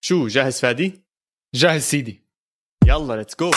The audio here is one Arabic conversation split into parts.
شو جاهز فادي؟ جاهز سيدي. يلا ليتس جو.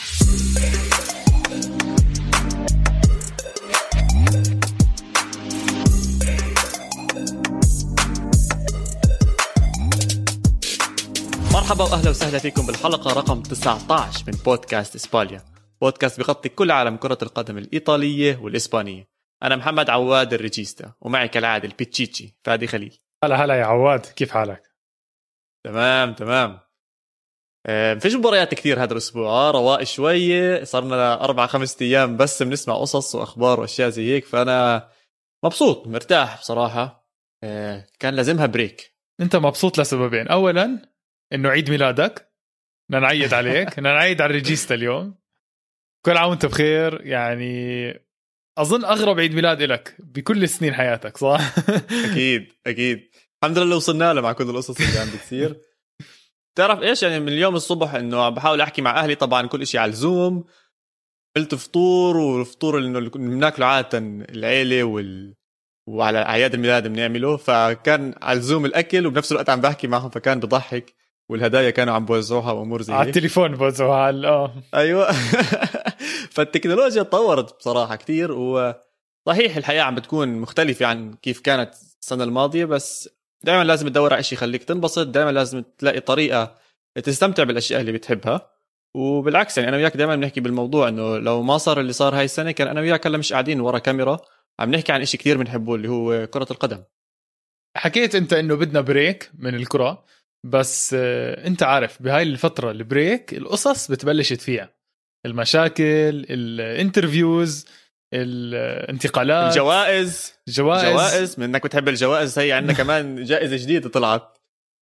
مرحبا واهلا وسهلا فيكم بالحلقه رقم 19 من بودكاست اسبانيا، بودكاست بيغطي كل عالم كره القدم الايطاليه والاسبانيه. انا محمد عواد الريجيستا، ومعي كالعاده البيتشيتشي فادي خليل. هلا يا عواد، كيف حالك؟ تمام. فيش مباريات كثير هذا الأسبوع، رواق شوية، صارنا 4-5 أيام بس بنسمع قصص وأخبار وأشياء زي هيك، فأنا مبسوط مرتاح بصراحة. كان لازمها بريك. أنت مبسوط لسببين، أولا إنه عيد ميلادك، بدنا نعيد عليك بدنا نعيد على الريجيستا اليوم. كل عام وأنت بخير، يعني أظن أغرب عيد ميلاد إلك بكل سنين حياتك، صح؟ أكيد الحمد لله وصلنا له مع كل القصص اللي عم بتصير. تعرف إيش يعني، من اليوم الصبح إنه بحاول أحكي مع أهلي، طبعا كل إشي على الزوم، قلت فطور، والفطور اللي بناكله عادة العيلة وعلى أعياد الميلاد بنعمله، فكان على الزوم الأكل وبنفس الوقت عم بحكي معهم، فكان بضحك، والهدايا كانوا عم بوزعوها وأمور زي هيك على التليفون بوزعوها أيوة. فالتكنولوجيا تطورت بصراحة كتير، وصحيح الحياة عم بتكون مختلفة عن كيف كانت السنة الماضية، بس دائما لازم تدور على إشي يخليك تنبسط، دائما لازم تلاقي طريقة تستمتع بالأشياء اللي بتحبها. وبالعكس يعني أنا وياك دائما بنحكي بالموضوع إنه لو ما صار اللي صار هاي السنة، كان أنا وياك هلا مش قاعدين ورا كاميرا عم نحكي عن إشي كتير بنحبه اللي هو كرة القدم. حكيت أنت إنه بدنا بريك من الكرة، بس أنت عارف بهاي الفترة البريك القصص بتبلشت فيها، المشاكل، الانترفيوز، الانتقالات، جوائز من انك بتحب الجوائز، هي عندنا كمان جائزة جديدة طلعت.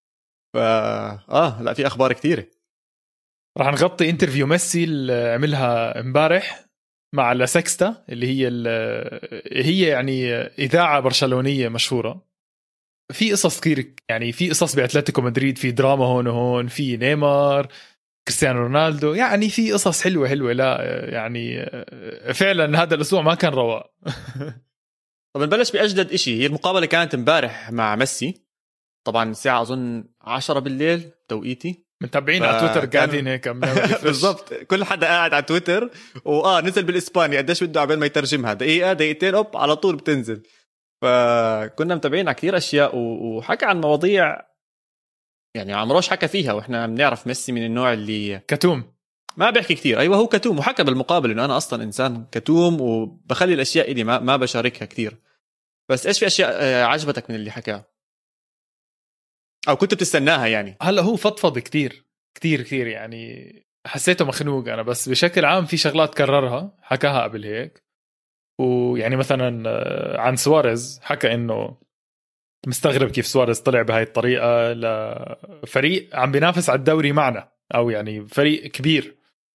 لا في اخبار كثيرة. راح نغطي انترفيو ميسي اللي عملها امبارح مع لاسكستا، اللي هي يعني اذاعة برشلونية مشهورة. في قصص كثير، يعني في قصص بأتلتيكو مدريد، في دراما هون وهون، في نيمار، كريستيانو رونالدو، يعني في قصص حلوة. لا يعني فعلا هذا الأسبوع ما كان رواق. طب نبلش بأجدد إشي، هي المقابلة كانت امبارح مع ميسي، طبعا الساعة أظن 10 بالليل توقيتي. متابعين على تويتر قاعدين هيك بالضبط، كل حدا قاعد على تويتر، نزل بالإسباني قديش بده عبال ما يترجمها، دقيقة دقيقتين على طول بتنزل. فكنا متابعين على كثير أشياء، وحكى عن مواضيع يعني عمروش حكى فيها، واحنا بنعرف ميسي من النوع اللي كتوم، ما بيحكي كتير. ايوه هو كتوم، وحكى بالمقابل انه انا اصلا انسان كتوم وبخلي الاشياء اللي ما بشاركها كتير. بس ايش في اشياء عجبتك من اللي حكاه او كنت بتستناها يعني؟ هلا هو فضفض كتير يعني حسيته مخنوق انا، بس بشكل عام في شغلات كررها حكاها قبل هيك. ويعني مثلا عن سواريز حكى انه مستغرب كيف سواريز طلع بهاي الطريقة لفريق عم بينافس على الدوري معنا، او يعني فريق كبير،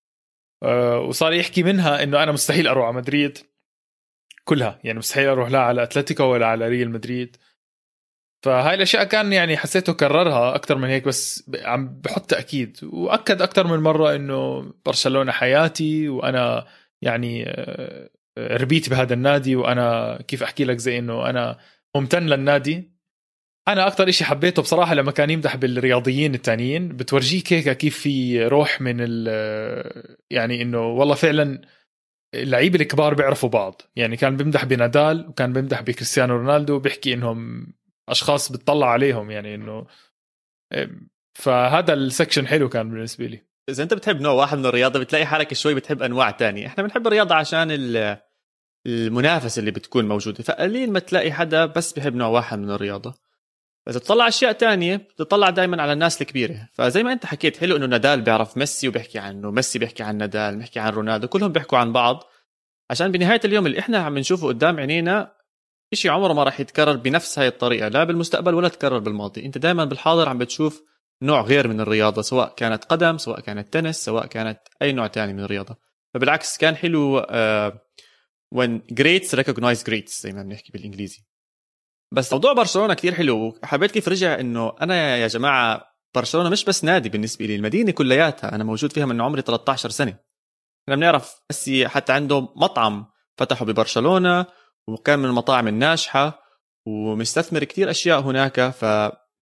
وصار يحكي منها انه انا مستحيل اروح على مدريد كلها، يعني مستحيل اروح لا على اتلتيكو ولا على ريال مدريد. فهاي الاشياء كان يعني حسيته كررها اكثر من هيك، بس عم بحط تاكيد، واكد اكثر من مره انه برشلونه حياتي، وانا يعني ربيت بهذا النادي، وانا كيف احكي لك زي انه انا ممتن للنادي. انا اكثر إشي حبيته بصراحه لما كان يمدح بالرياضيين التانيين، بتورجيك هيك كيف في روح من يعني انه والله فعلا اللعيبه الكبار بيعرفوا بعض. يعني كان بيمدح بنادال، وكان بيمدح بكريستيانو رونالدو، بيحكي انهم اشخاص بتطلع عليهم، يعني انه فهذا السكشن حلو كان بالنسبه لي. اذا انت بتحب نوع واحد من الرياضه بتلاقي حالك شوي بتحب انواع تانية. احنا بنحب الرياضه عشان المنافسه اللي بتكون موجوده، فقليل ما تلاقي حدا بس بيحب نوع واحد من الرياضه. بس تطلع اشياء تانية بتطلع دائما على الناس الكبيره. فزي ما انت حكيت حلو انه نادال بيعرف ميسي وبيحكي عنه، ميسي بيحكي عن نادال، بيحكي عن رونالدو، كلهم بيحكوا عن بعض، عشان بنهايه اليوم اللي احنا عم نشوفه قدام عينينا إشي عمره ما راح يتكرر بنفس هاي الطريقة، لا بالمستقبل ولا تكرر بالماضي. انت دائما بالحاضر عم بتشوف نوع غير من الرياضة، سواء كانت قدم، سواء كانت تنس، سواء كانت أي نوع تاني من الرياضة. فبالعكس كان حلو when greats recognize greats زي ما بنحكي بالإنجليزي. بس موضوع برشلونة كتير حلو، حبيت كيف رجع إنه أنا يا جماعة برشلونة مش بس نادي بالنسبة لي، المدينة كلياتها أنا موجود فيها من عمري 13 سنة. احنا بنعرف ميسي حتى عنده مطعم فتحه ببرشلونة، وكان من المطاعم الناجحة، ومستثمر كتير أشياء هناك.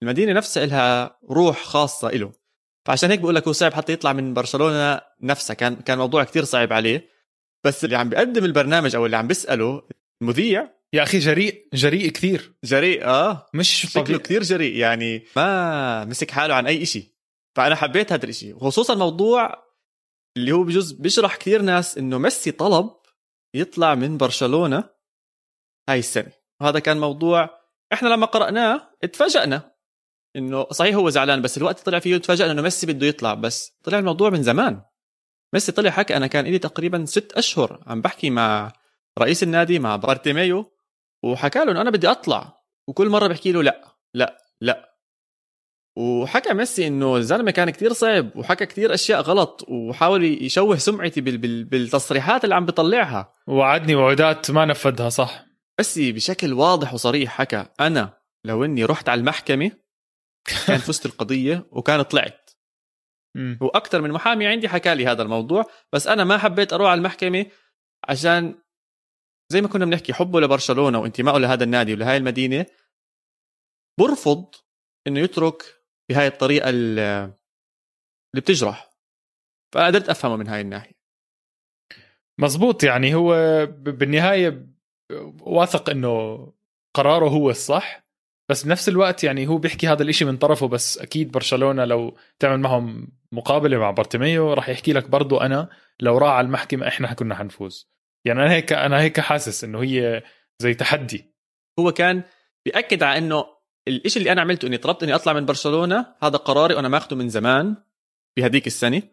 المدينه نفسها لها روح خاصه له. فعشان هيك بقول لك هو صعب حتى يطلع من برشلونه نفسها، كان موضوع كتير صعب عليه. بس اللي عم بيقدم البرنامج او اللي عم بيساله المذيع، يا اخي جريء كثير، جريء مش شكله طبيعي كتير جريء، يعني ما مسك حاله عن اي إشي. فانا حبيت هذا الإشي، وخصوصا موضوع اللي هو بجوز بيشرح كثير ناس انه ميسي طلب يطلع من برشلونة هاي السنة. وهذا كان موضوع احنا لما قرأناه اتفاجأنا انه صحيح هو زعلان، بس الوقت طلع فيه اتفاجأنا انه ميسي بده يطلع. بس طلع الموضوع من زمان. ميسي طلع حكى انا كان لي تقريبا 6 أشهر عم بحكي مع رئيس النادي مع بارتيميو، وحكى له انه انا بدي اطلع، وكل مرة بحكي له لا لا لا. وحكى ميسي انه الزلمه كان كتير صعب، وحكى كتير اشياء غلط، وحاول يشوه سمعتي بالتصريحات اللي عم بيطلعها، وعدني وعودات ما نفذها. صح، ميسي بشكل واضح وصريح حكى انا لو اني رحت على المحكمه كان فزت القضيه وكان طلعت. واكثر من محامي عندي حكى لي هذا الموضوع، بس انا ما حبيت اروح على المحكمه عشان زي ما كنا بنحكي حبه لبرشلونه وانتمائه لهذا النادي ولهاي المدينه، برفض انه يترك بهاي الطريقه اللي بتجرح. فقدرت افهمه من هاي الناحيه. مزبوط، يعني هو بالنهايه واثق انه قراره هو الصح، بس بنفس الوقت يعني هو بيحكي هذا الاشي من طرفه. بس اكيد برشلونه لو تعمل معهم مقابله مع بارتيميو راح يحكي لك برضو انا لو راح على المحكمه احنا كنا حنفوز. يعني انا هيك حاسس انه هي زي تحدي. هو كان بيأكد على انه الاشي اللي انا عملته اني طلبت اني اطلع من برشلونه هذا قراري وانا ماخده من زمان بهديك السنه،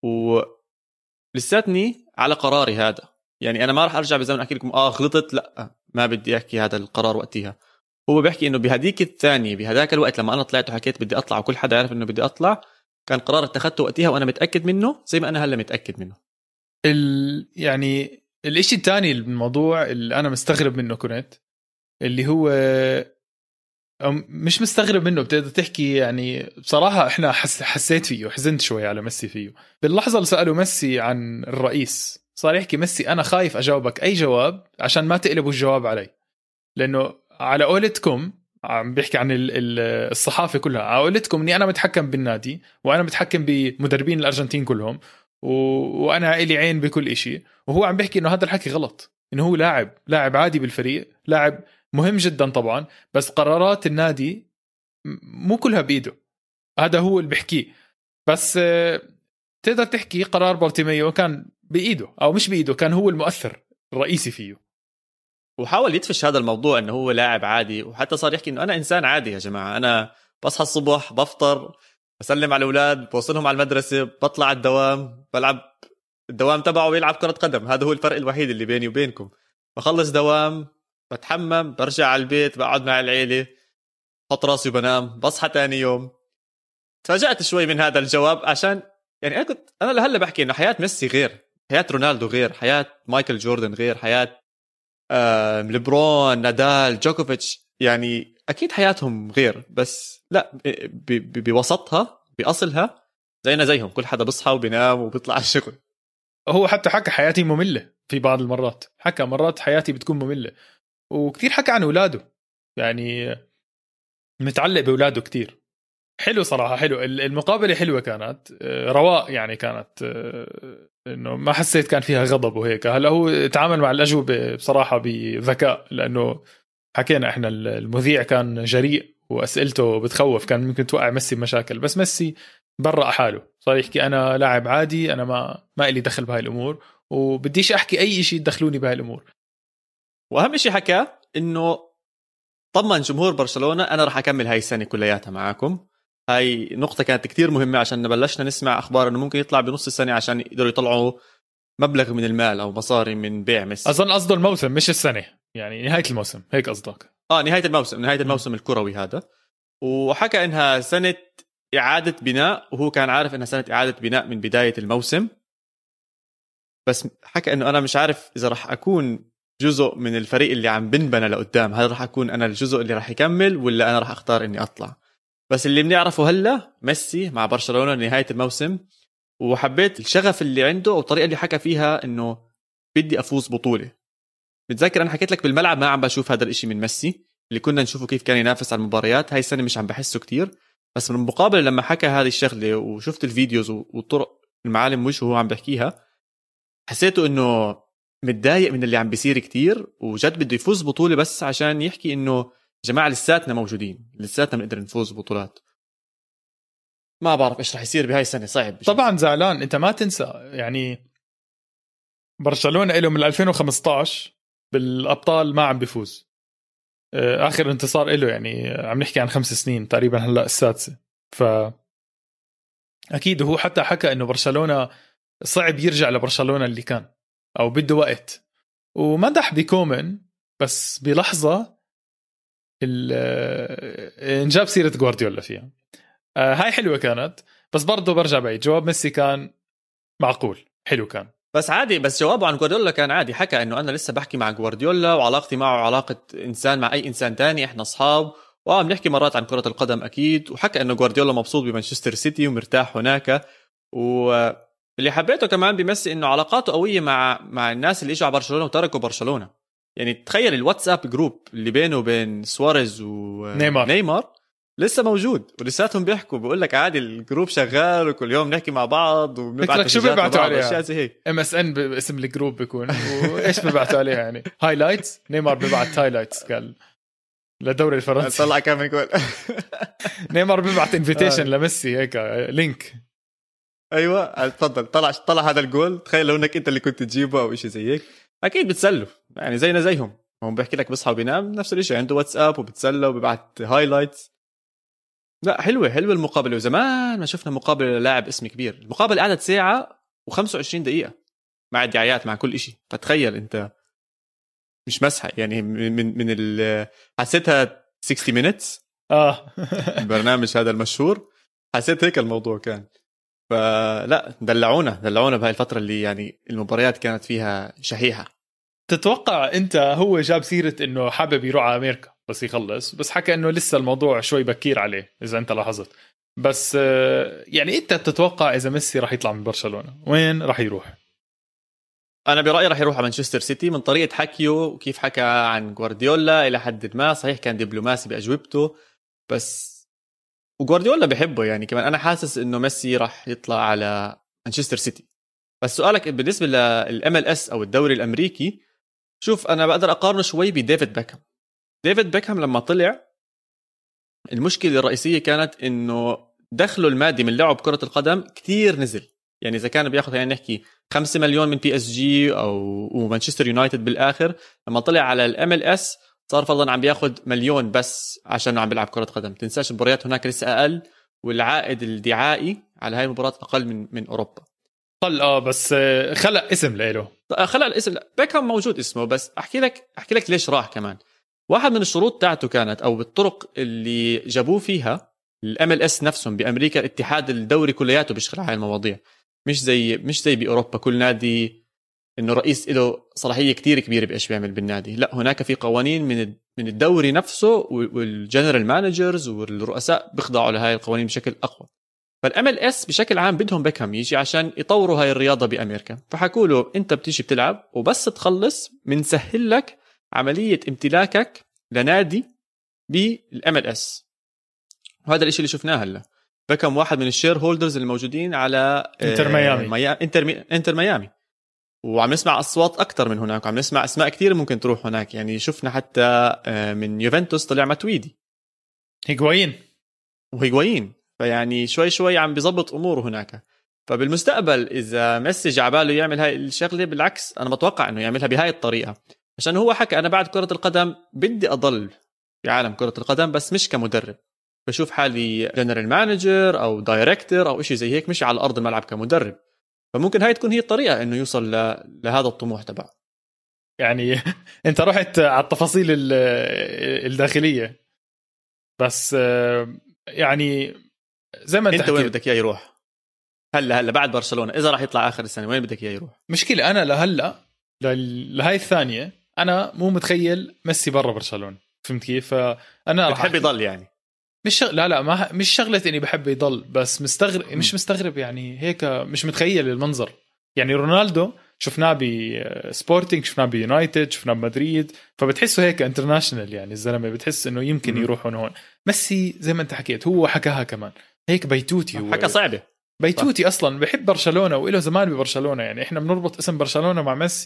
ولساتني على قراري هذا. يعني انا ما راح ارجع بالزمن احكي لكم غلطت، لا ما بدي احكي هذا القرار وقتها. هو بيحكي انه بهديك الثانيه بهداك الوقت لما انا طلعت وحكيت بدي اطلع وكل حدا يعرف انه بدي اطلع، كان قرار اتخذته وقتها وانا متاكد منه زي ما انا هلا متاكد منه. يعني الاشي الثاني بالموضوع اللي انا مستغرب منه كنت اللي هو مش مستغرب منه، بتقدر تحكي يعني بصراحة احنا حسيت فيه وحزنت شوي على ميسي فيه. باللحظة اللي سألوا ميسي عن الرئيس صار يحكي ميسي أنا خايف أجاوبك أي جواب عشان ما تقلبوا الجواب علي، لأنه على قولتكم عم بيحكي عن الصحافة كلها، على قولتكم أني أنا متحكم بالنادي وأنا متحكم بمدربين الأرجنتين كلهم وأنا إلي عين بكل إشي. وهو عم بيحكي أنه هذا الحكي غلط، إنه هو لاعب عادي بالفريق، لاعب مهم جدا طبعا، بس قرارات النادي مو كلها بإيده. هذا هو اللي بحكيه. بس تقدر تحكي قرار بارتيميو كان بإيده أو مش بإيده، كان هو المؤثر الرئيسي فيه. وحاول يدفش هذا الموضوع انه هو لاعب عادي، وحتى صار يحكي انه انا انسان عادي يا جماعه، انا بصحى الصبح بفطر بسلم على الاولاد بوصلهم على المدرسه بطلع على الدوام بلعب الدوام تبعه ويلعب كره قدم. هذا هو الفرق الوحيد اللي بيني وبينكم. بخلص دوام بتحمم برجع على البيت بقعد مع العيله بحط راسي وبنام بصحى تاني يوم. تفاجأت شوي من هذا الجواب عشان يعني انا لهلا بحكي انه حياه ميسي غير، حياه رونالدو غير، حياه مايكل جوردن غير، حياه ليبرون نادال جوكوفيتش، يعني أكيد حياتهم غير. بس لا بوسطها بأصلها زينا زيهم، كل حدا بصحى وبينام وبيطلع على الشغل. هو حتى حكى حياتي مملة في بعض المرات، حكى مرات حياتي بتكون مملة. وكتير حكى عن أولاده، يعني متعلق بأولاده كتير. حلو صراحة، حلو المقابلة حلوة كانت، رواق يعني كانت، انه ما حسيت كان فيها غضب وهيك. هلا هو تعامل مع الأجوبة بصراحة بذكاء، لأنه حكينا احنا المذيع كان جريء وأسئلته بتخوف، كان ممكن توقع ميسي بمشاكل، بس ميسي برأ حاله، صار يحكي أنا لاعب عادي، أنا ما إلي دخل بهاي الأمور وبديش أحكي أي شيء تدخلوني بهاي الأمور. وأهم شيء حكى إنه طمن جمهور برشلونة أنا رح أكمل هاي السنة كلياتها معاكم. هاي نقطة كانت كتير مهمة عشان نبلشنا نسمع أخبار إنه ممكن يطلع بنص السنة عشان يقدروا يطلعوا مبلغ من المال أو مصاري من بيع ميسي. أظن قصده الموسم مش السنة، يعني نهاية الموسم، هيك قصدك؟ نهاية الموسم الكروي هذا. وحكى إنها سنة إعادة بناء، وهو كان عارف إنها سنة إعادة بناء من بداية الموسم. بس حكى إنه أنا مش عارف إذا رح أكون جزء من الفريق اللي عم بنبنى لقدام، هل رح أكون أنا الجزء اللي رح يكمل ولا أنا رح أختار إني أطلع. بس اللي بنعرفه هلا ميسي مع برشلونة نهاية الموسم، وحبيت الشغف اللي عنده والطريقة اللي حكى فيها إنه بدي أفوز بطولة. بتذكر أنا حكيت لك بالملعب ما عم بشوف هذا الإشي من ميسي، اللي كنا نشوفه كيف كان ينافس على المباريات. هاي السنة مش عم بحسه كتير، بس من المقابل لما حكى هذه الشغلة وشفت الفيديوز والطرق المعالم وش هو عم بحكيها، حسيته انه متضايق من اللي عم بيصير كتير، وجد بده يفوز بطولة بس عشان يحكي انه جماعة لساتنا موجودين، لساتنا بنقدر نفوز بطولات. ما بعرف ايش رح يصير بهاي السنة، صعب بشكل. طبعا زعلان. انت ما تنسى يعني برشلونة له من 2015 بالأبطال ما عم بيفوز. آخر انتصار له يعني عم نحكي عن 5 سنين تقريبا، هلأ السادسة. ف أكيد هو حتى حكى إنه برشلونة صعب يرجع لبرشلونة اللي كان، أو بده وقت، ومدح بكومن. بس بلحظة نجاب سيرة غوارديولا فيها. هاي حلوة كانت، بس برضو برجع بعيد، جواب ميسي كان معقول حلو كان. بس عادي، بس جوابه عن غوارديولا كان عادي. حكى انه انا لسه بحكي مع غوارديولا وعلاقتي معه علاقة انسان مع اي انسان تاني، احنا اصحاب بنحكي مرات عن كرة القدم اكيد. وحكى انه غوارديولا مبسوط بمانشستر سيتي ومرتاح هناك. واللي حبيته كمان بيمسي انه علاقاته قوية مع الناس اللي اجوا على برشلونة وتركوا برشلونة. يعني تخيل الواتساب جروب اللي بينه وبين سواريز ونيمار لسه موجود، ولساتهم بيحكوا. بقول لك عادي الجروب شغال وكل يوم نحكي مع بعض وبنبعت شو بيبعتوا عليها اشياء زي هيك. MSN باسم الجروب بيكون، وايش بيبعتوا عليها يعني هايلايتس. نيمار بيبعت هايلايتس قال للدوري الفرنسي، طلع كم يقول. نيمار بيبعت انفيتيشن لميسي هيك لينك. ايوه تفضل طلع هذا الجول، تخيل لو انك انت اللي كنت تجيبه او شيء زي هيك. اكيد بتسلوا يعني زينا زيهم. هم بيحكي لك بيصحى وبينام نفس الشيء، عنده واتساب وبتسلى وبيبعت هايلايتس. لا حلوة المقابلة، وزمان ما شفنا مقابلة للاعب اسم كبير. المقابلة قعدت ساعة و25 دقيقة مع الدعايات مع كل إشي. فتخيل أنت مش مسحة يعني من حسيتها 60 minutes البرنامج هذا المشهور. حسيت هيك الموضوع كان. فلا دلعونا بهاي الفترة اللي يعني المباريات كانت فيها شحيحة. تتوقع أنت هو جاب سيرة إنه حابب يروح على أمريكا بس يخلص، بس حكى إنه لسه الموضوع شوي بكير عليه إذا أنت لاحظت. بس يعني أنت تتوقع إذا ميسي راح يطلع من برشلونة وين راح يروح؟ أنا برأيي راح يروح على مانشستر سيتي. من طريقة حكيه وكيف حكى عن غوارديولا إلى حد ما صحيح كان دبلوماسي بأجوبته، بس وغوارديولا بحبه يعني كمان. أنا حاسس إنه ميسي راح يطلع على مانشستر سيتي. بس سؤالك بالنسبة للMLS أو الدوري الأمريكي، شوف أنا بقدر أقارنه شوي بديفيد بيكهام. ديفيد بيكهام لما طلع المشكلة الرئيسية كانت إنه دخله المادي من لعب كرة القدم كتير نزل. يعني إذا كان بياخذ يعني نحكي 5 مليون من PSG أو مانشستر يونايتد بالآخر، لما طلع على الMLS صار فرضا عم بياخذ مليون بس عشان عم بيلعب كرة قدم. تنساش المباريات هناك لسه أقل، والعائد الدعائي على هاي المباريات أقل من أوروبا. قل بس خلق اسم له. خلق الاسم. بيكهام موجود اسمه، بس أحكي لك ليش راح كمان. واحد من الشروط تاعته كانت أو بالطرق اللي جابوه فيها الMLS نفسهم بأمريكا، الاتحاد الدوري كلياته بيشغل على المواضيع. مش زي بأوروبا كل نادي إنه رئيس له صلاحية كتير كبيرة بإيش بيعمل بالنادي. لا هناك في قوانين من الدوري نفسه، والجنرال مانجرز والرؤساء بيخضعوا لهاي القوانين بشكل أقوى. فالMLS بشكل عام بدهم بيكهام يجي عشان يطوروا هاي الرياضة بأمريكا. فحكوا له أنت بتيجي بتلعب وبس تخلص منسهل لك عملية امتلاكك لنادي بالMLS. وهذا الاشي اللي شفناه هلا. بيكهام واحد من الشير هولدرز الموجودين على انتر ميامي، وعم نسمع أصوات أكتر من هناك، وعم نسمع أسماء كتير ممكن تروح هناك. يعني شفنا حتى من يوفنتوس طلع ماتويدي، هيغوايين. فيعني شوي عم بيزبط أموره هناك. فبالمستقبل إذا ميسي جعباله يعمل هاي الشغلة، بالعكس أنا متوقع أنه يعملها بهاي الطريقة، عشان هو حكى أنا بعد كرة القدم بدي أضل في عالم كرة القدم بس مش كمدرب. بشوف حالي جنرال مانجر أو دايركتور أو إشي زي هيك، مش على أرض الملعب كمدرب. فممكن هاي تكون هي الطريقة إنه يوصل لهذا الطموح تبعه. يعني أنت رحت على التفاصيل الداخلية، بس يعني زي ما أنت وين بدك إياه يروح هلا بعد برشلونة؟ إذا راح يطلع آخر السنة وين بدك إياه يروح؟ مشكلة أنا لهاي الثانية أنا مو متخيل ميسي برا برشلونة، فهمت كيف؟ فأنا بحب يضل يعني مش شغلة إني بحب يضل، بس مش مستغرب يعني هيك، مش متخيل المنظر. يعني رونالدو شفناه بسبورتينج، شفناه بيونايتد، شفناه بمدريد، فبتحسه هيك انترناشنال يعني الزلمه، بتحس انه يمكن يروح هون. ميسي زي ما انت حكيت هو حكاها كمان هيك بيتوتي، هو حكا صعبه بيتوتي اصلا بحب برشلونه وإله زمان ببرشلونه، يعني احنا بنربط اسم برشلونه مع ميسي،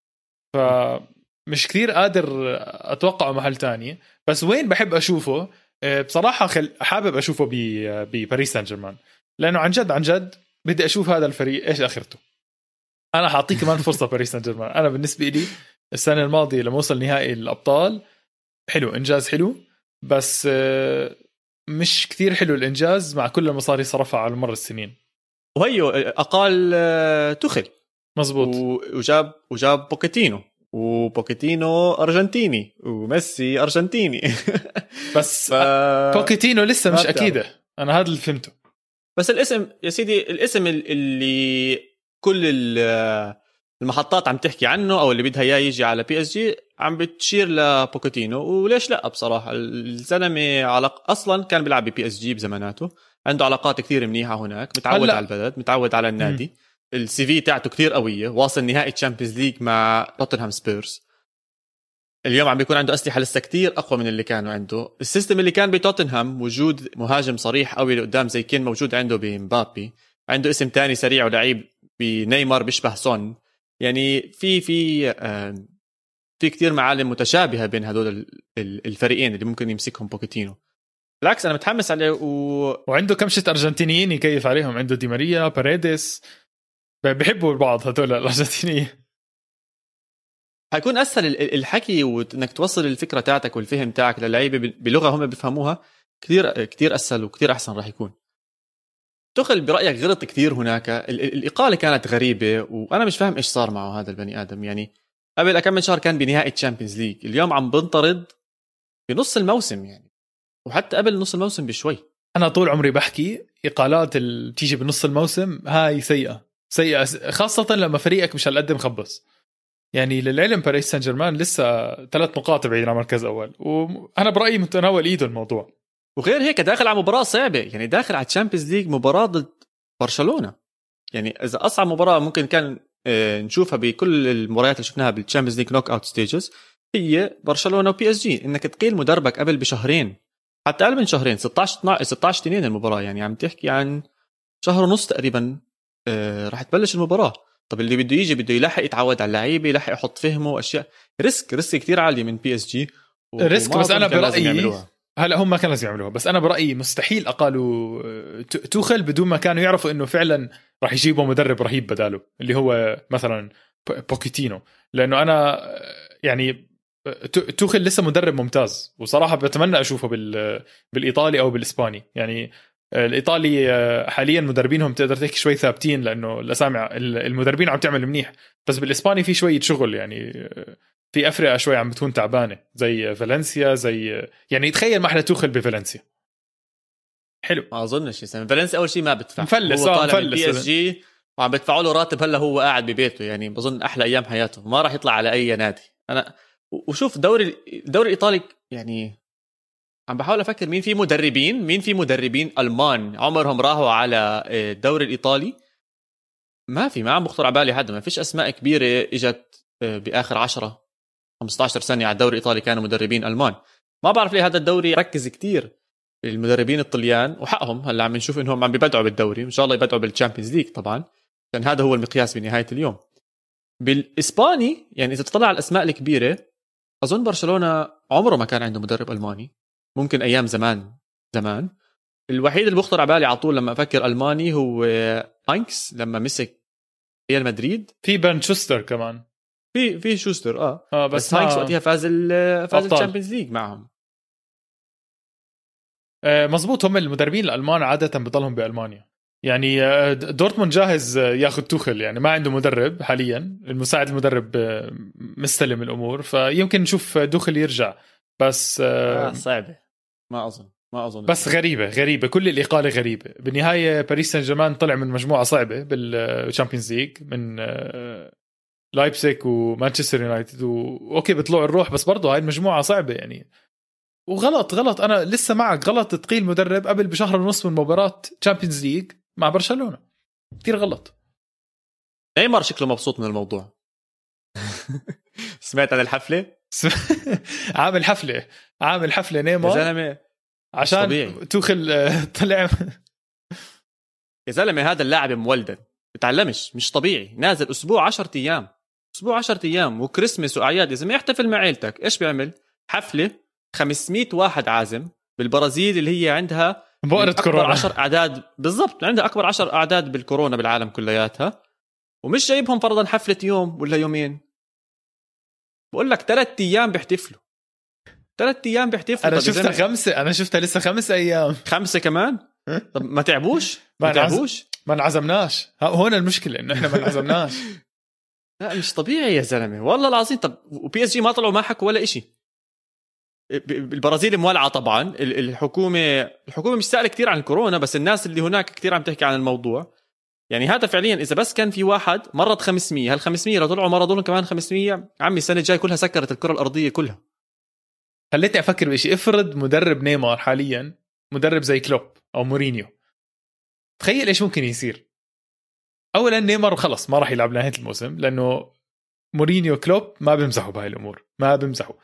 فمش كثير قادر اتوقعه محل تاني. بس وين بحب اشوفه بصراحه حابب اشوفه بباريس سان جيرمان، لانه عن جد بدي اشوف هذا الفريق ايش اخرته. انا حاعطيه كمان فرصه باريس سان جيرمان. انا بالنسبه لي السنه الماضيه لما وصل نهائي الابطال حلو، انجاز حلو، بس مش كثير حلو الانجاز مع كل المصاري صرفها على مر السنين. وهيو اقال تخل مزبوط، وجاب بوكيتينو ارجنتيني وميسي ارجنتيني بس بوكيتينو لسه مش اكيده، انا هذا اللي فهمته. بس الاسم يا سيدي، الاسم اللي كل المحطات عم تحكي عنه او اللي بدها اياه يجي على بي اس جي عم بتشير لبوكيتينو، وليش لا؟ بصراحه الزلمه اصلا كان بيلعب ببي اس جي بزماناته، عنده علاقات كثير منيحه هناك، متعود على البلد، متعود على النادي. السي في تاعته كثير قويه، واصل نهائي تشامبيونز ليج مع توتنهام سبيرز. اليوم عم بيكون عنده أسلحة لسه كتير أقوى من اللي كانوا عنده. السيستم اللي كان بتوتنهام وجود مهاجم صريح قوي لقدام زي كين موجود عنده بمبابي، عنده اسم تاني سريع ولعيب بنيمار بيشبه سون، يعني في كتير معالم متشابهة بين هدول الفريقين اللي ممكن يمسكهم بوكيتينو. بالعكس أنا متحمس عليه وعنده كمشة أرجنتينيين يكيف عليهم، عنده دي ماريا باريديس، بيحبوا البعض هدول الأرجنتينيين. حيكون أسهل الحكي وإنك توصل الفكرة تاعتك والفهم تاعك للعيبة بلغة هم بيفهموها كتير أسهل وكتير أحسن راح يكون. تخل برأيك غلط كتير هناك، الإقالة كانت غريبة وأنا مش فاهم إيش صار معه هذا البني آدم. يعني قبل كم من شهر كان بنهائي تشامبيونز ليج، اليوم عم بنطرد بنص الموسم يعني، وحتى قبل نص الموسم بشوي. أنا طول عمري بحكي إقالات اللي بتيجي بنص الموسم هاي سيئة، خاصة لما فريقك مش هالقد مخبص. يعني للعلم باريس سان جيرمان لسه 3 نقاط بعيد عن مركز أول، وأنا برأيي متناول إيده الموضوع. وغير هيك داخل على مباراة صعبة، يعني داخل على تشامبيونز ليج، مباراة ضد برشلونة. يعني إذا أصعب مباراة ممكن كان نشوفها بكل المباريات اللي شفناها بالتشامبيونز ليج نوك أوت ستيجز هي برشلونة وبي اس جي. إنك تقيل مدربك قبل بشهرين، حتى أقل من شهرين، 16 المباراة، يعني عم تحكي عن شهر ونص تقريبا راح تبلش المباراة. طب اللي بده يجي بده يلحق يتعود على اللعيبة، يلحق يحط فهمه أشياء، ريسك كتير عالي من بي اس جي ريسك. بس أنا برأيي هلا هم كانوا لازم يعملوها، بس أنا برأيي مستحيل أقالوا توخل بدون ما كانوا يعرفوا إنه فعلا راح يجيبوا مدرب رهيب بداله اللي هو مثلا بوكيتينو. لأنه أنا يعني توخل لسه مدرب ممتاز، وصراحة بتمنى أشوفه بالإيطالي أو بالإسباني. يعني الإيطالي حاليا مدربينهم تقدر تحكي شوي ثابتين، لأنه الأسامع المدربين عم تعمل منيح، بس بالإسباني في شوية شغل، يعني في أفرقة شوي عم بتكون تعبانة زي فالنسيا، زي يعني تخيل محل توخل بفالنسيا. حلو، ما أظنش يسمى فالنسيا أول شيء ما بدفع، مفلس، هو طالع من بي اس جي وعم بدفعوا له راتب، هلا هو قاعد ببيته، يعني بظن أحلى أيام حياته، ما راح يطلع على أي نادي. أنا وشوف الدوري الإيطالي، يعني عم بحاول أفكر مين في مدربين ألمان عمرهم راحوا على الدوري الإيطالي. ما عم بخطر على بالي حدا، ما فيش أسماء كبيرة إجت بآخر 10-15 سنة على الدوري الإيطالي كانوا مدربين ألمان. ما بعرف ليه هذا الدوري ركز كتير المدربين الطليان، وحقهم هلا عم نشوف إنهم عم بيبدعوا بالدوري، إن شاء الله يبدعوا بالتشامبيونز ليج طبعا، لأن هذا هو المقياس بنهاية اليوم. بالإسباني يعني إذا تطلع على الأسماء الكبيرة، أظن برشلونة عمره ما كان عنده مدرب ألماني، ممكن أيام زمان. الوحيد اللي بخطر على بالي على طول لما أفكر ألماني هو هاينكس لما مسك ريال مدريد. في بن شوستر كمان، في شوستر بس هاينكس وقتها فاز الشامبيونز ليج معهم. مزبوط، هم المدربين الألمان عادة بضلهم بألمانيا. يعني دورتموند جاهز ياخذ توخل، يعني ما عنده مدرب حاليا، المساعد المدرب مستلم الأمور، فيمكن نشوف توخل يرجع. بس صعبة، ما أظن. بس غريبة كل الإقالة غريبة. بالنهاية باريس سان جيرمان طلع من مجموعة صعبة بالشامبيونز ليج من لايبسيك ومانشستر يونايتد، أوكي بيطلعوا الروح، بس برضه هاي المجموعة صعبة يعني. وغلط أنا لسه معك، غلط تقيل مدرب قبل بشهر ونص من مباراة تشامبيونز ليج مع برشلونة، كتير غلط. نيمار شكله مبسوط من الموضوع. سمعت عن الحفله؟ عامل حفله نيمار يا زلمه عشان توخل طلع. يا زلمه هذا اللاعب مولدا بتعلمش، مش طبيعي. نازل اسبوع 10 ايام وكريسمس واعياد، اذا ما يحتفل مع عيلتك ايش بيعمل؟ حفله 500 واحد عازم بالبرازيل اللي هي عندها بؤرة كورونا 10 اعداد بالضبط، عندها اكبر 10 اعداد بالكورونا بالعالم كلياتها، ومش جايبهم فرضا حفله يوم ولا يومين. بقول لك 3 ايام بيحتفلوا. انا شفتها 5، انا شفتها لسه 5 ايام. 5 كمان. طب ما تعبوش؟ ما انعزمناش. هون المشكله انه احنا ما انعزمناش. لا مش طبيعي يا زلمه والله العظيم. طب وبي اس جي ما طلعوا ما حكوا ولا إشي. البرازيل مولعه طبعا. الحكومه مش سائله كتير عن الكورونا، بس الناس اللي هناك كتير عم تحكي عن الموضوع. يعني هذا فعليا اذا بس كان في واحد مرض 500، هال500 لو طلعوا مرضوا كمان 500، عمي السنه الجاي كلها سكرت الكره الارضيه كلها. خليتني افكر بشيء. افرض مدرب نيمار حاليا مدرب زي كلوب او مورينيو، تخيل ايش ممكن يصير. اولا نيمار خلص ما راح يلعب نهايه الموسم، لانه مورينيو كلوب ما بيمزحوا بهاي الامور، ما بيمزحوا.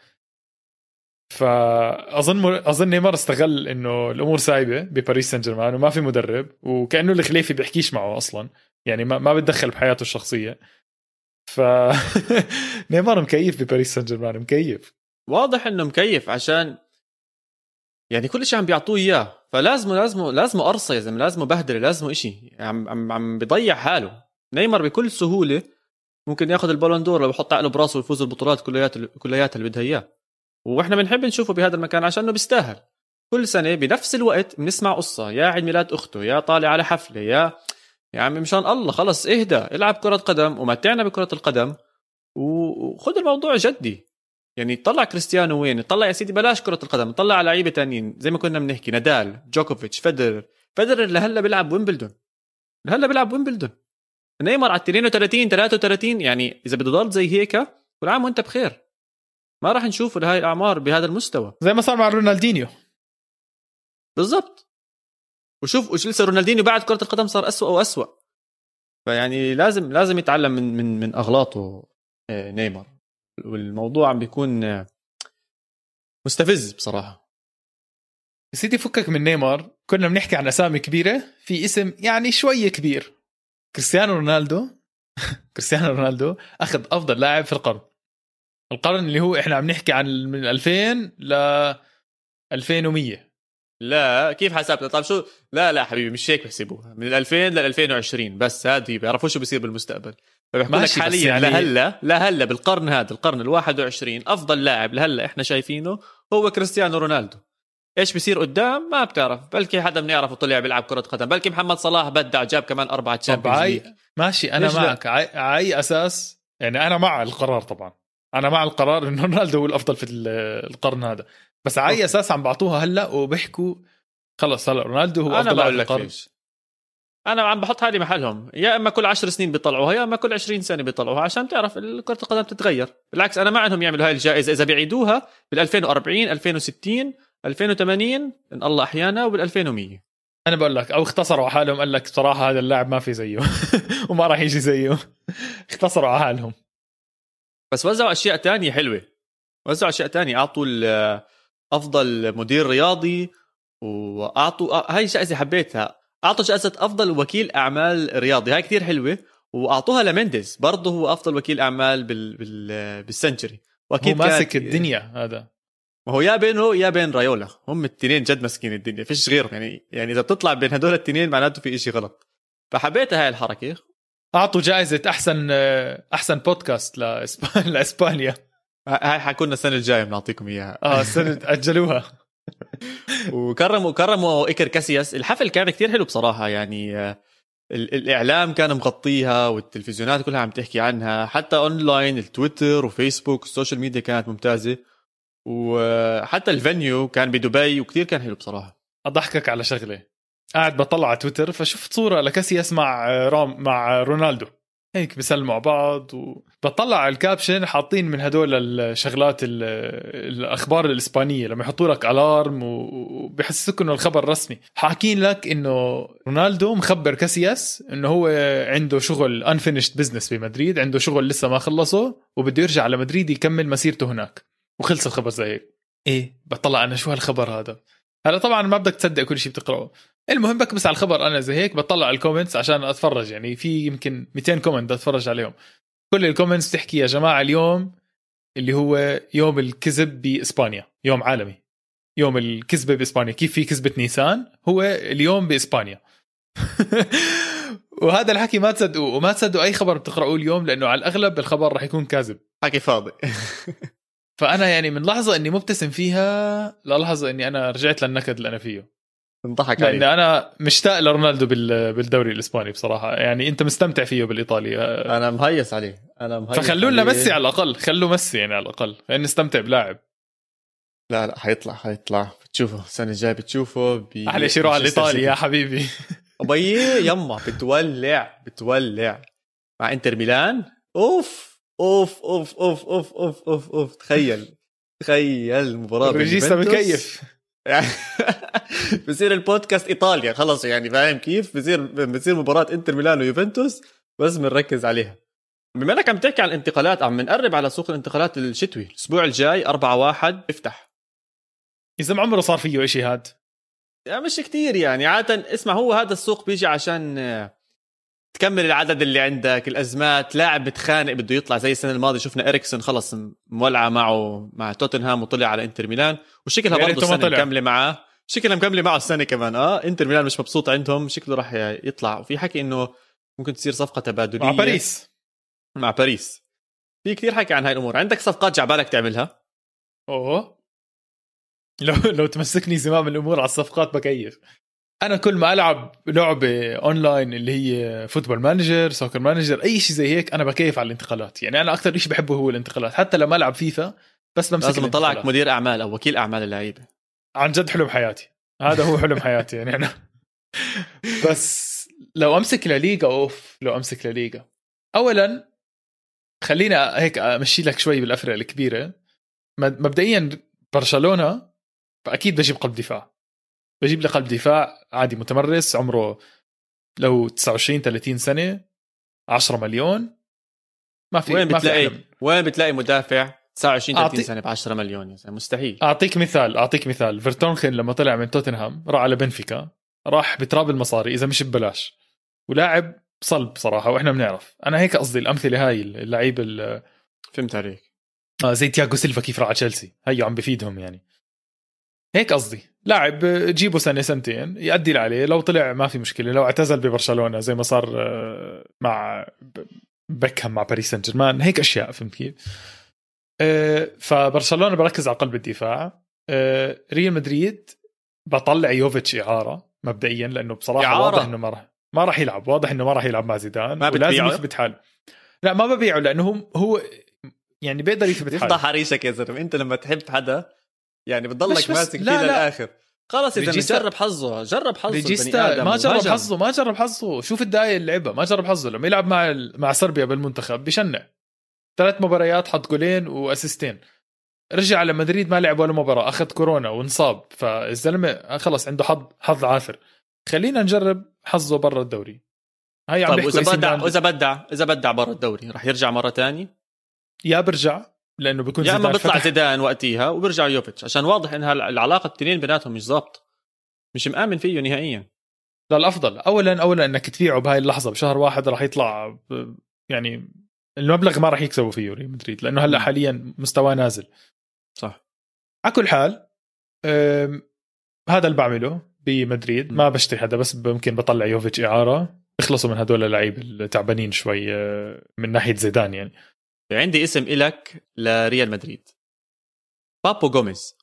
فاظن نيمار استغل انه الامور سايبه بباريس سان جيرمان وما في مدرب، وكانه الخليفي بيحكيش معه اصلا، يعني ما بتدخل بحياته الشخصيه. ف نيمار مكيف بباريس سان جيرمان، مكيف، واضح انه مكيف، عشان يعني كل شيء عم بيعطوه اياه، فلازمه قرصه يا زلمه، لازمه بهدله، لازمه إشي. عم بيضيع حاله. نيمار بكل سهوله ممكن ياخذ البالون دور لو يحط عقله براسه ويفوز البطولات كلياتها اللي بدها اياه. واحنا بنحب نشوفه بهذا المكان عشانه بيستاهل. كل سنه بنفس الوقت بنسمع قصه، يا عيد ميلاد اخته، يا طالع على حفله، يا عمي مشان الله خلص اهدى، العب كره قدم ومتعنا بكره القدم وخذ الموضوع جدي. يعني طلع كريستيانو وين، طلع يا سيدي بلاش كرة القدم، طلع على لعيبة تانيين زي ما كنا بنحكي، نادال، جوكوفيتش، فيدرر لهلا بيلعب ويمبلدون. نيمار على 33 يعني إذا بده ضل زي هيك كل عام وانت بخير. ما راح نشوفه لهاي الأعمار بهذا المستوى زي ما صار مع رونالدينيو بالضبط. وشوف وش لسه رونالدينيو بعد كرة القدم صار أسوأ وأسوأ. فيعني لازم يتعلم من أغلاطه نيمار. والموضوع عم بيكون مستفز بصراحة. سيدي فكك من نيمار، كنا بنحكي عن أسامي كبيرة، في اسم يعني شوية كبير، كريستيانو رونالدو أخذ أفضل لاعب في القرن اللي هو إحنا عم نحكي عن من 2000 ل 2100. لا كيف حسبتها؟ طب شو؟ لا حبيبي مش هيك بحسبوها، من 2000 ل 2020 بس. هذه بيعرفوا شو بيصير بالمستقبل. فبحكوا لك حاليا يعني لهلا بالقرن هذا، القرن ال21، افضل لاعب لهلا احنا شايفينه هو كريستيانو رونالدو. ايش بيصير قدام ما بتعرف، بلكي حدا بنعرفه طلع بيلعب كرة قدم، بلكي محمد صلاح بدع جاب كمان 4 تشامبيونز ليج. ماشي انا معك على اي اساس، يعني انا مع القرار طبعا، انا مع القرار انه رونالدو هو الافضل في القرن هذا، بس على اي اساس عم بعطوها هلا وبيحكوا خلص هلا رونالدو هو افضل لاعب في القرن؟ انا عم بحط هذه محلهم، يا اما كل 10 سنين بيطلعوها يا اما كل 20 سنه بيطلعوها، عشان تعرف كرة القدم تتغير. بالعكس انا مع انهم يعملوا هاي الجائزه اذا بيعيدوها بال2040 2060 2080 ان الله احيانا وبال2100. انا بقول لك او اختصروا على حالهم، قال لك صراحه هذا اللاعب ما في زيه وما راح يجي زيه. اختصروا على حالهم. بس وزعوا اشياء تانية حلوه، اعطوا افضل مدير رياضي، واعطوا هاي جائزه حبيتها، اعطوا جائزه افضل وكيل اعمال رياضي، هاي كتير حلوه. واعطوها لمينديز برضه، هو افضل وكيل اعمال بالسنتري، واكيد هو ماسك الدنيا هذا. ما هو يا بينه يا بين رايولا، هم الاثنين جد ماسكين الدنيا، فيش غيرهم. يعني اذا بتطلع بين هدول الاثنين معناته في إشي غلط. فحبيتها هاي الحركه. اعطوا جائزه احسن بودكاست لاسبانيا. هاي حكونا السنه الجايه بنعطيكم اياها. السنه اجلوها. وكرموا إيكر كاسياس. الحفل كان كتير حلو بصراحة، يعني الإعلام كان مغطيها والتلفزيونات كلها عم تحكي عنها، حتى أونلاين التويتر وفيسبوك السوشيال ميديا كانت ممتازة، وحتى الفنيو كان بدبي وكتير كان حلو بصراحة. أضحكك على شغلة، قاعد بطلع على تويتر فشفت صورة لكاسياس مع رونالدو هيك بيسلموا على بعض. وبطلع على الكابشن حاطين من هدول الشغلات الأخبار الإسبانية لما يحطوا لك ألارم وبيحسسك إنه الخبر رسمي. حاكين لك إنه رونالدو مخبر كاسياس إنه هو عنده شغل unfinished business في مدريد، عنده شغل لسه ما خلصه وبده يرجع على مدريد يكمل مسيرته هناك، وخلص الخبر زي هيك. إيه بطلع أنا شو هالخبر هذا. هلا طبعا ما بدك تصدق كل شيء بتقرأه، المهم بكبس على الخبر انا زي هيك، بطلع على الكومنتس عشان اتفرج، يعني في يمكن 200 كومنت اتفرج عليهم. كل الكومنتس تحكي يا جماعه اليوم اللي هو يوم الكذب باسبانيا، يوم عالمي، يوم الكذبه باسبانيا، كيف في كذبه نيسان هو اليوم باسبانيا. وهذا الحكي ما تصدقوه وما تصدقوا اي خبر بتقرأوه اليوم، لانه على الاغلب الخبر راح يكون كاذب، حكي فاضي. فانا يعني من لحظه اني مبتسم فيها للحظه اني انا رجعت للنكد اللي انا فيه، انضحك عليه. لأن أنا مشتاق لرونالدو بالدوري الإسباني بصراحة، يعني أنت مستمتع فيه بالإيطالي. أنا مهيس عليه، أنا مهيس. فخلونا ميسي على الأقل، خلوا ميسي يعني على الأقل خلينا نستمتع بلاعب. لا حيطلع بتشوفه السنة الجاية، بتشوفه أحلى شيء يروح على الإيطالي يا حبيبي. أبي يما بتولع مع إنتر ميلان. أوف تخيل مباراة ريجيستا مكيف. بصير البودكاست إيطاليا خلص، يعني فاهم كيف بصير مباراة إنتر ميلان ويوفنتوس، بس بنركز عليها. بما أنك عم تحكي عن الانتقالات، عم نقرب على سوق الانتقالات الشتوي. الأسبوع الجاي 4/1 بيفتح. إذا ما عمره صار فيه إشي هاد يعني مش كتير يعني عادة. اسمع، هو هذا السوق بيجي عشان تكمل العدد اللي عندك، الأزمات، لاعب متخانق بده يطلع، زي السنة الماضية شفنا إريكسون خلص مولعة معه مع توتنهام وطلع على إنتر ميلان، وشكلها يعني برضه السنة مكملة معه، شكلها مكملة معه السنة كمان. إنتر ميلان مش مبسوط عندهم، شكله راح يطلع. وفي حكي إنه ممكن تصير صفقة تبادلية مع باريس. في كتير حكي عن هاي الأمور. عندك صفقات جعبالك تعملها؟ لو تمسكني زمام الأمور على الصفقات بكيف. أنا كل ما ألعب لعبة أونلاين اللي هي فوتبول مانجر، سوكر مانجر، أي شيء زي هيك، أنا بكيف على الانتقالات. يعني أنا أكتر شيء بحبه هو الانتقالات، حتى لما ألعب فيفا بس بمسك. لازم نطلعك مدير أعمال أو وكيل أعمال اللعيبة. عن جد حلم حياتي، هذا هو حلم حياتي يعني أنا. بس لو أمسك لليغا لو أمسك لليغا، أولا خلينا هيك أمشي لك شوي بالأفرق الكبيرة. مبدئيا برشلونة فأكيد بجيب قلب دفاع، بجيب لي قلب دفاع عادي متمرس، عمره لو 29-30 سنة، 10 مليون. ما في وين بتلاقي مدافع 29-30 سنة ب10 مليون؟ يعني مستحيل. أعطيك مثال فيرتونخن لما طلع من توتنهام راح على بنفيكا، راح بتراب المصاري إذا مش ببلاش، ولاعب صلب صراحة، وإحنا بنعرف. أنا هيك قصدي الأمثلة هاي اللعيب فهمت عليك. زي تياغو سيلفا كيف راح على تشيلسي، هيو عم بفيدهم يعني. هيك قصدي لاعب جيبه سنة سنتين يؤدي عليه، لو طلع ما في مشكلة، لو اعتزل ببرشلونة زي ما صار مع بيكهام مع باريس سان جيرمان، هيك أشياء. فهمت كيف؟ فبرشلونة بركز على قلب الدفاع. ريال مدريد بطلع يوفيتش إعارة مبدئيا، لأنه بصراحة إعارة. واضح إنه ما راح يلعب، واضح إنه ما راح يلعب مع زيدان، ولازم يثبت حاله. لا ما ببيعه، لأنه هو يعني بيقدر يثبت حاله. يفضح حريشك يا زلمة، أنت لما تحب حدا يعني بتضلك ماسك فيه للآخر. خلاص إذا جرب حظه ما جرب حظه. شوف الدقايق اللي لعبها، ما جرب حظه. لما يلعب مع صربيا بالمنتخب بشنع 3 مباريات، حط جولين وأسيستين، رجع على مدريد ما لعب ولا مباراة، أخذ كورونا وانصاب، فالزلمة خلص عنده حظ عاثر. خلينا نجرب حظه برا الدوري. هاي عم بيحكوا إذا بدع برا الدوري رح يرجع مرة تاني، يا برجع لأنه بيكون يا اما بيطلع زيدان وقتها وبرجع يوفيتش، عشان واضح إنها العلاقة التنين بيناتهم مش ضابط، مش مآمن فيه نهائيا. لا الأفضل أولا إنك تبيعه بهاي اللحظة بشهر 1 راح يطلع يعني المبلغ ما راح يكسبوا فيه ريال مدريد، لأنه هلا حاليا مستواه نازل. صح. على كل حال هذا اللي بعمله بمدريد، ما بشتري هذا، بس ممكن بطلع يوفيتش إعارة، يخلصوا من هدول اللعيب التعبانين شوي من ناحية زيدان. يعني عندي اسم إلك لريال مدريد، بابو غوميز.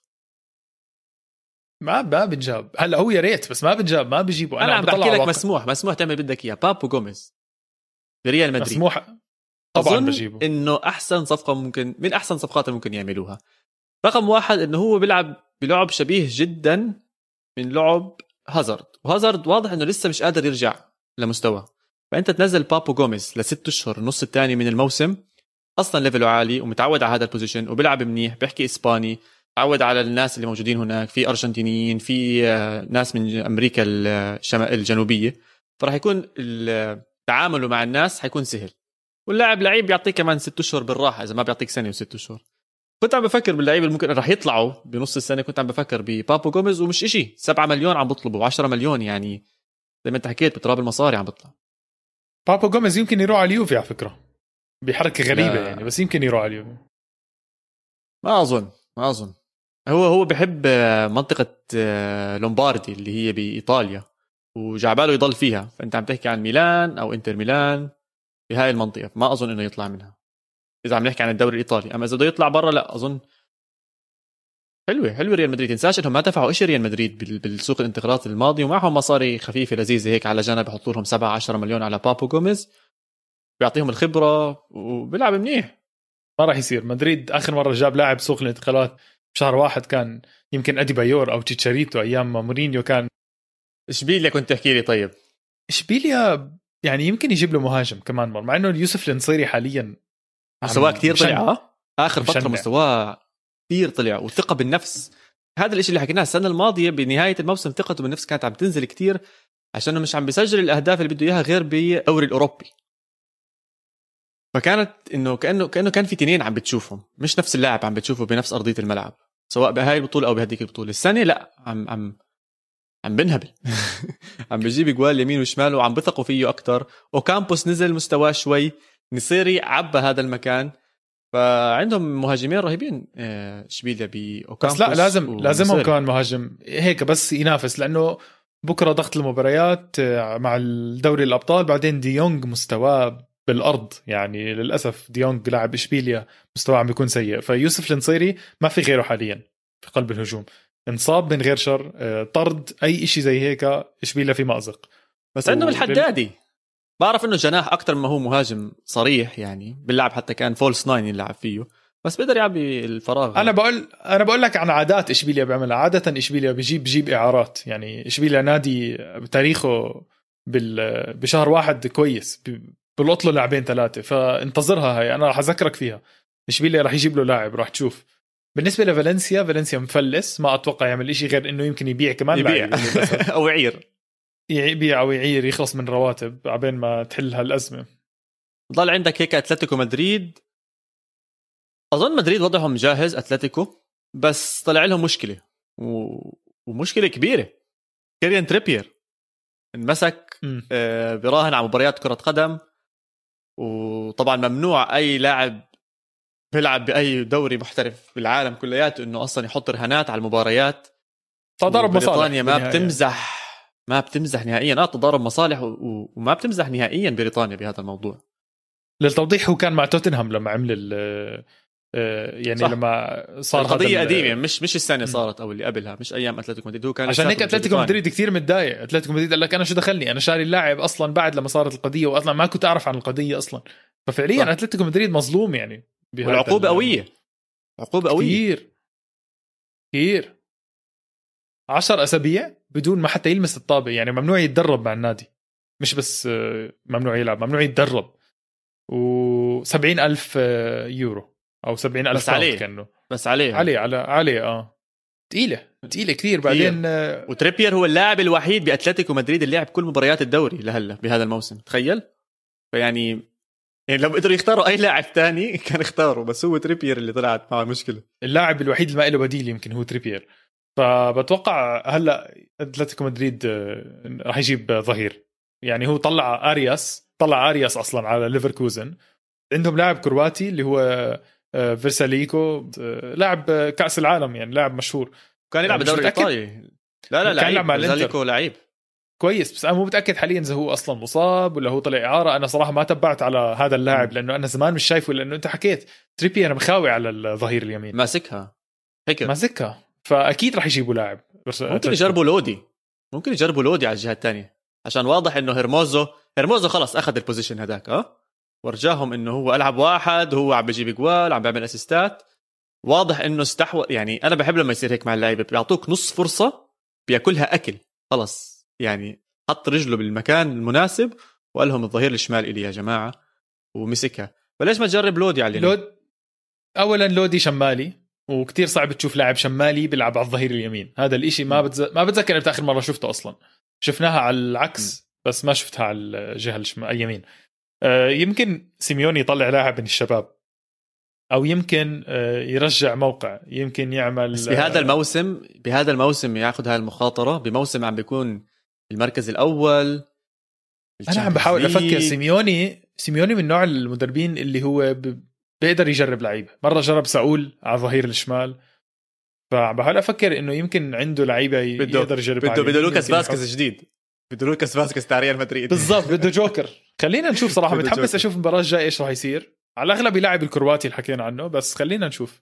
ما بنجاب هلا، هو يا ريت بس ما بنجاب، ما بجيبه. أنا عم بحكي لك مسموح تعمل بدك إياه. بابو غوميز بريال مدريد مسموح طبعا بجيبه. إنه أحسن صفقة ممكن، من أحسن صفقات ممكن يعملوها. رقم 1 إنه هو بلعب شبيه جدا من لعب هازارد، وهازارد واضح إنه لسه مش قادر يرجع لمستوى. فانت تنزل بابو غوميز ل6 اشهر النص الثاني من الموسم، اصلا ليفله عالي ومتعود على هذا البوزيشن وبيلعب منيح، بيحكي اسباني، تعود على الناس اللي موجودين هناك، في ارجنتينيين، في ناس من امريكا الجنوبيه، فراح يكون تعامله مع الناس حيكون سهل. واللاعب لعيب بيعطيك كمان 6 اشهر بالراحه، اذا ما بيعطيك سنه و6 اشهر. كنت عم بفكر باللعيبه اللي ممكن راح يطلعوا بنص السنه، كنت عم بفكر ببابو غوميز، ومش إشي 7 مليون عم بطلبوا 10 مليون، يعني زي ما انت حكيت بتراب المصاري عم بطلع. بابو غوميز يمكن يروح على اليوفي على فكره، بحركه غريبه لا. يعني، بس يمكن يروح على اليوفي. ما اظن هو بحب منطقه لومباردي اللي هي بايطاليا، وجعباله يضل فيها. فانت عم تحكي عن ميلان او انتر ميلان بهاي المنطقه، ما اظن انه يطلع منها اذا عم نحكي عن الدوري الايطالي. اما اذا بده يطلع برا لا اظن. حلوه ريال مدريد، تنساش انهم ما دفعوا شيء ريال مدريد بالسوق الانتقالات الماضي، ومعهم مصاري خفيفه لذيذه هيك على جنب، يحطوا لهم 7-10 مليون على بابو غوميز، بيعطيهم الخبره وبيلعب منيح. ما راح يصير. مدريد اخر مره جاب لاعب سوق الانتقالات بشهر واحد كان يمكن ادي بايور او تشيتشاريتو ايام ما مورينيو كان. اشبيليا كنت تحكي لي؟ طيب اشبيليا يعني يمكن يجيب له مهاجم كمان مره، مع انه يوسف النصيري حاليا مستواه كتير طلع اخر فتره، مشنع. مستواه كتير طلع، والثقه بالنفس. هذا الاشي اللي حكيناه السنه الماضيه بنهايه الموسم، ثقته بالنفس كانت عم تنزل كتير، عشانه مش عم بيسجل الاهداف اللي بده اياها غير بالدوري الاوروبي. فكانت انه كانه كان في تنين عم بتشوفهم، مش نفس اللاعب عم بتشوفه بنفس ارضيه الملعب، سواء بهاي البطوله او بهديك البطوله. السنه لا، عم بنهبل عم بيجيب جوال يمين وشمال، وعم بثقوا فيه اكتر. وكامبوس نزل مستواه شوي، نصيري عبى هذا المكان. فعندهم مهاجمين رهيبين اشبيليا باوكامبوس. بس لا لازمهم كمان مهاجم هيك بس ينافس، لانه بكره ضغط المباريات مع الدوري الابطال، بعدين ديونج مستواه بالارض يعني، للاسف ديونج لاعب اشبيليا مستواه عم بيكون سيء. فيوسف النصيري ما في غيره حاليا في قلب الهجوم، انصاب من غير شر، طرد اي شيء زي هيك اشبيليا في مأزق. بس عندهم الحدادي، بعرف انه جناح اكتر ما هو مهاجم صريح، يعني باللعب حتى كان فولس 9 يلعب فيه، بس بيقدر يعبي الفراغ. انا بقول لك عن عادات اشبيليا بيعملها. عاده اشبيليا بيجيب اعارات، يعني اشبيليا نادي بتاريخه بشهر واحد كويس بلقط له لاعبين ثلاثه، فانتظرها هاي، انا راح اذكرك فيها. اشبيليا راح يجيب له لاعب، راح تشوف. بالنسبه لفالنسيا مفلس، ما اتوقع يعمل إشي غير انه يمكن يبيع كمان لاعب او يعير، يبيع او يعير، يخلص من رواتب عبين ما تحل هالازمه. ضل عندك هيك اتلتيكو مدريد. اظن مدريد وضعهم جاهز، اتلتيكو بس طلع لهم مشكله ومشكله كبيره. كيريان تريبير انمسك براهن على مباريات كره قدم، وطبعا ممنوع اي لاعب بيلعب باي دوري محترف بالعالم كلياته انه اصلا يحط رهانات على المباريات. تضارب مصالح بريطانيا ما بتمزح نهائيا. تضارب مصالح وما بتمزح نهائيا بريطانيا بهذا الموضوع. للتوضيح، هو كان مع توتنهام لما عمل يعني صح. لما صار قضية قديمة، مش السنة صارت أو اللي قبلها، مش أيام أتلتيكو مدريد. هو كان عشان هيك أتلتيكو مدريد كثير متضايق. أتلتيكو مدريد قال لك أنا شو دخلني، أنا شاري اللاعب أصلا بعد لما صارت القضية، وأصلا ما كنت أعرف عن القضية أصلا. ففعليا صح. أتلتيكو مدريد مظلوم يعني. والعقوبة قوية، عقوبة قوية كثير 10 أسابيع بدون ما حتى يلمس الطابة، يعني ممنوع يتدرب مع النادي، مش بس ممنوع يلعب، ممنوع يتدرب. و70,000 يورو أو 70,000 بس عليه كأنه. بس عليه عليه تقيلة كثير. بعدين وتريبير هو اللاعب الوحيد بأتلتيكو مدريد اللي لعب كل مباريات الدوري لهلا بهذا الموسم، تخيل. فيعني لو قدروا يختاروا أي لاعب تاني كان اختاروا، بس هو تريبير اللي طلعت معه مشكلة. اللاعب الوحيد اللي ما له بديل يمكن هو تريبير. فبتوقع هلا أتلتيكو مدريد راح يجيب ظهير، يعني هو طلع أرياس أصلا على ليفركوزن. عندهم لاعب كرواتي اللي هو فيرساليكو، لاعب كأس العالم، يعني لاعب مشهور، كان يلعب الدوري الإيطالي. لا لعيب، فيرساليكو لعيب كويس، بس أنا مو متأكد حاليا إذا هو أصلا مصاب ولا هو طلع إعارة. أنا صراحة ما تبعت على هذا اللاعب لأنه أنا زمان مش شايفه، لأنه أنت حكيت تريبي أنا مخاوي على الظهير اليمين، ماسكها، فأكيد راح يجيبوا لاعب. ممكن يجربوا لودي على الجهة الثانية، عشان واضح إنه هيرموزو خلص أخذ البوزيشن هداك ورجاهم إنه هو ألعب واحد، هو عم بيجيب جوال، عم بيعمل أسيستات. واضح إنه استحوذ. يعني أنا بحب لما يصير هيك مع اللعيبة، بيعطوك نص فرصة بياكلها أكل خلص، يعني حط رجله بالمكان المناسب وقال لهم الظهير الشمال إلي يا جماعة ومسكها. فليش ما تجرب لودي على اليمين؟ اولا لودي شمالي وكتير صعب تشوف لاعب شمالي بيلعب على الظهير اليمين. هذا الاشي ما بتذكر امتى اخر مره شفته اصلا. شفناها على العكس بس ما شفتها على الجهه اليمين. يمكن سيميوني يطلع لاعب من الشباب او يمكن يرجع موقع، يمكن يعمل بس بهذا الموسم ياخذ هاي المخاطره بموسم عم بيكون المركز الاول. انا عم بحاول افكر سيميوني من نوع المدربين اللي هو بيقدر يجرب لعيبه. مره جرب ساول على ظهير الشمال، فعم بحاول افكر انه يمكن عنده لعيبه يقدر يجرب. بده لوكاس فاسكيز جديد، بده لوكاس فاسكيز تاع ريال مدريد بالضبط، بده جوكر. خلينا نشوف صراحه متحمس اشوف المباراه الجايه ايش راح يصير. على الاغلب يلاعب الكرواتي اللي حكينا عنه، بس خلينا نشوف.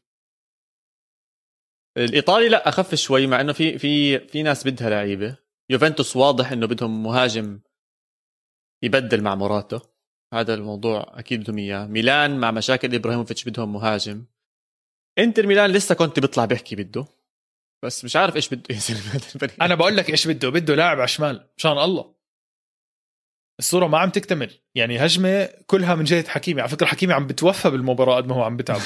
الايطالي لا اخف شوي، مع انه في ناس بدها لعيبه. يوفنتوس واضح انه بدهم مهاجم يبدل مع موراتا، هذا الموضوع اكيد بدهم اياه. ميلان مع مشاكل ابراهيموفيتش بدهم مهاجم. انتر ميلان لسه كنت بيطلع بيحكي بده، بس مش عارف ايش بده يا زلمه. انا بقول لك ايش بده لاعب على شمال مشان الله. الصوره ما عم تكتمل يعني، هجمه كلها من جهه حكيمي. على فكره حكيمي عم بتوفى بالمباراه قد ما هو عم بتعب.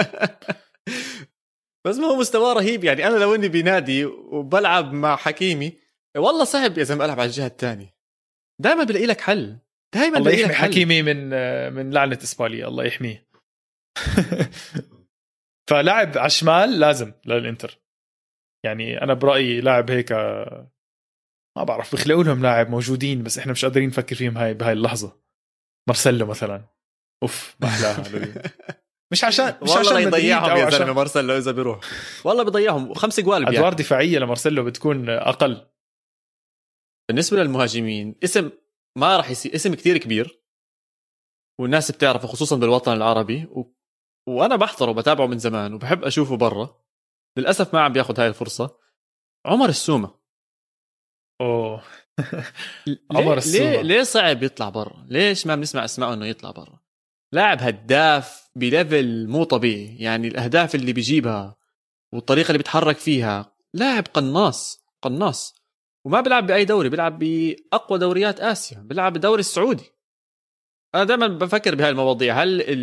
بس ما هو مستوى رهيب يعني. انا لو اني بنادي وبلعب مع حكيمي والله صعب يا زلمه العب على الجهه الثانيه. دائما بلاقي لك حل، دائما الله يحمي حكيمي من لعنه اسبانيا، الله يحميه. فلاعب على الشمال لازم للانتر يعني. انا برايي لاعب هيك ما بعرف، بيخلقوا لهم لاعب موجودين بس احنا مش قادرين نفكر فيهم بهاي اللحظه. مارسيلو مثلا، اوف محلاها. مش عشان يضيعهم يا زلمه مارسيلو اذا بيروح والله بيضيعهم 5 جوال. ادوار دفاعيه لمارسيلو بتكون اقل. بالنسبه للمهاجمين اسم ما راح يصير اسم كتير كبير والناس بتعرفه خصوصا بالوطن العربي، وانا بحضره وبتابعه من زمان وبحب اشوفه برا. للاسف ما عم بياخد هاي الفرصه. عمر السومة. اوه عمر السومة ليه صعب يطلع برا؟ ليش ما بنسمع اسماءه انه يطلع برا؟ لاعب هداف بليفل مو طبيعي يعني. الاهداف اللي بيجيبها والطريقه اللي بيتحرك فيها، لاعب قناص. وما بيلعب باي دوري، بيلعب باقوى دوريات اسيا، بيلعب بالدوري السعودي. انا دائما بفكر بهاي المواضيع.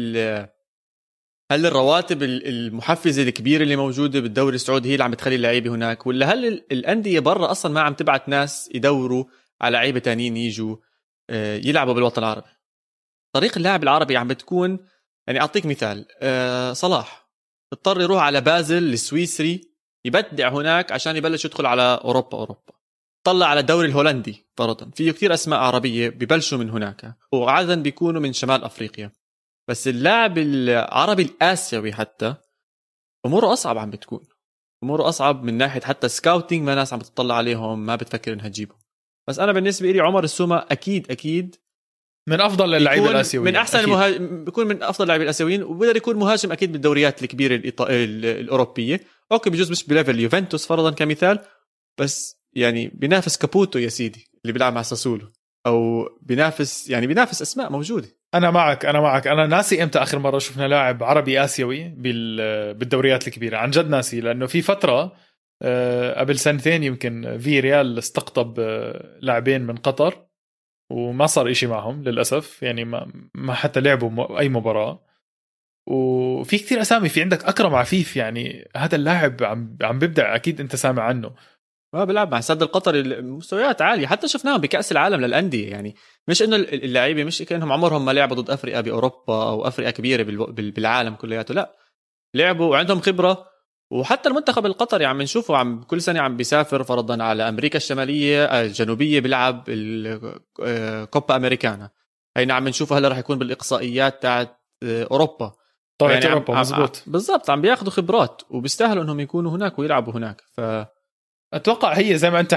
هل الرواتب المحفزه الكبيره اللي موجوده بالدوري السعودي هي اللي عم تخلي اللعيبه هناك، ولا هل الانديه برا اصلا ما عم تبعت ناس يدوروا على لعيبه تانيين يجوا يلعبوا بالوطن العربي؟ طريق اللاعب العربي عم بتكون يعني. اعطيك مثال، صلاح اضطر يروح على بازل السويسري يبدع هناك عشان يبلش يدخل على اوروبا. طلع على الدوري الهولندي فرضا، فيه كثير اسماء عربيه ببلشوا من هناك وعاده بيكونوا من شمال افريقيا. بس اللاعب العربي الآسيوي حتى أموره أصعب، عم بتكون أموره أصعب من ناحية حتى سكاوتينج. ما ناس عم تطلع عليهم، ما بتفكر إنها تجيبه. بس أنا بالنسبة لي عمر السومة أكيد من أفضل اللعيبة الآسيويين، من أحسن بيكون من أفضل اللاعبين الآسيويين، وبقدر يكون مهاجم أكيد بالدوريات الكبيرة الأوروبية. أوكي بيجوز مش بليفل يوفنتوس فرضا كمثال، بس يعني بينافس كابوتو يا سيدي اللي بيلعب مع ساسولو، أو بينافس أسماء موجودة. أنا معك. أنا ناسي إمتى آخر مرة شفنا لاعب عربي آسيوي بالدوريات الكبيرة. عن جد ناسي، لأنه في فترة قبل 2 يمكن في ريال استقطب لاعبين من قطر وما صار إشي معهم للأسف يعني. ما حتى لعبوا أي مباراة. وفي كتير أسامي، في عندك أكرم عفيف يعني. هذا اللاعب عم بيبدع، أكيد أنت سامع عنه. ما بيلعب مع السد القطري، المستويات عالية. حتى شفناهم بكأس العالم للأندية يعني. مش إنه اللاعبين مش كأنهم عمرهم ما لعبوا ضد أفريقيا بأوروبا أو أفريقيا كبيرة بالعالم كلياته، لا لعبوا وعندهم خبرة. وحتى المنتخب القطري عم نشوفه كل سنة عم بيسافر فرضا على أمريكا الشمالية الجنوبية، بيلعب الكوبا أمريكانا. هينا عم نشوفه هلا رح يكون بالإقصائيات تاعت أوروبا. طبعا يعني أوروبا مزبوط بالضبط. عم بياخدوا خبرات وبيستاهلوا إنهم يكونوا هناك ويلعبوا هناك. أتوقع هي زي ما أنت